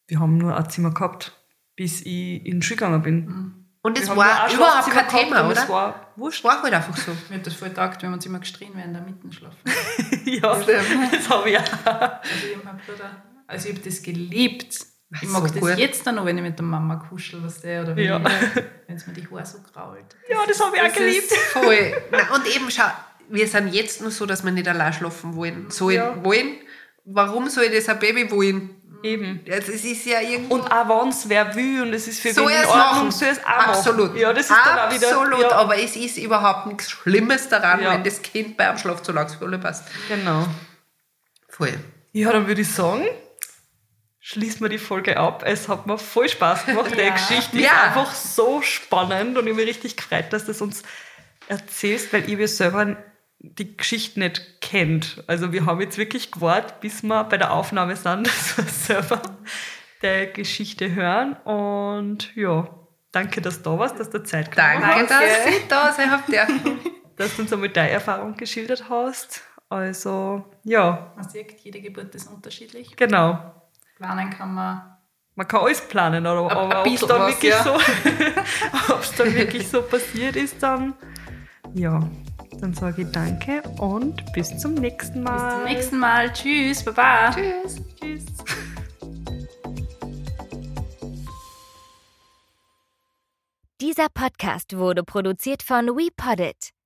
wir haben nur ein Zimmer gehabt, bis ich in die Schule gegangen bin. Und es Wir haben war nur ein überhaupt Schlafzimmer kein Thema, gehabt und oder? Es war wurscht. Es war halt einfach so. Mir hat das voll getaugt, wenn wir uns immer gestrien werden, in der Mitte schlafen. Ja, das habe ich auch. Also ich, mein Bruder, also ich habe das geliebt. Ich mag so das gut. jetzt dann noch, wenn ich mit der Mama kuschel, was der oder wenn Ja. es mir die Haare so krault. Ja, das habe ich auch Das geliebt. ist voll. Nein, und eben, schau, wir sind jetzt nur so, dass wir nicht allein schlafen wollen. Sollen, Ja. wollen. Warum soll das ein Baby wollen? Eben. Das ist ja irgendwo... Und auch wenn es wer will und es ist für so wen in es Ordnung, machen. so es auch Absolut. machen. Ja, das ist dann auch wieder... Absolut, Ja, aber es ist überhaupt nichts Schlimmes daran, Ja. wenn das Kind beim Schlaf zu lang für alle passt. genau. Voll. Ja, dann würde ich sagen, schließen wir die Folge ab. Es hat mir voll Spaß gemacht. Die Ja. Geschichte ist Ja. einfach so spannend und ich bin richtig gefreut, dass du das uns erzählst, weil ich ja selber die Geschichte nicht kennt. Also wir haben jetzt wirklich gewartet, bis wir bei der Aufnahme sind, dass wir selber die Geschichte hören. Und ja, danke, dass du da warst, dass du Zeit genommen Danke, hast, dass ich da sein habt dürfen. dass du uns einmal deine Erfahrung geschildert hast. Also ja, Man sieht, jede Geburt ist unterschiedlich. genau. Planen kann man. Man kann alles planen, aber, Ein- aber ein ob es bisschen dann, was, wirklich ja. so, ob's dann wirklich so passiert ist, dann ja, dann sage ich danke und bis zum nächsten Mal. Bis zum nächsten Mal. Tschüss, Baba. Tschüss. Tschüss. Dieser Podcast wurde produziert von WePoddit.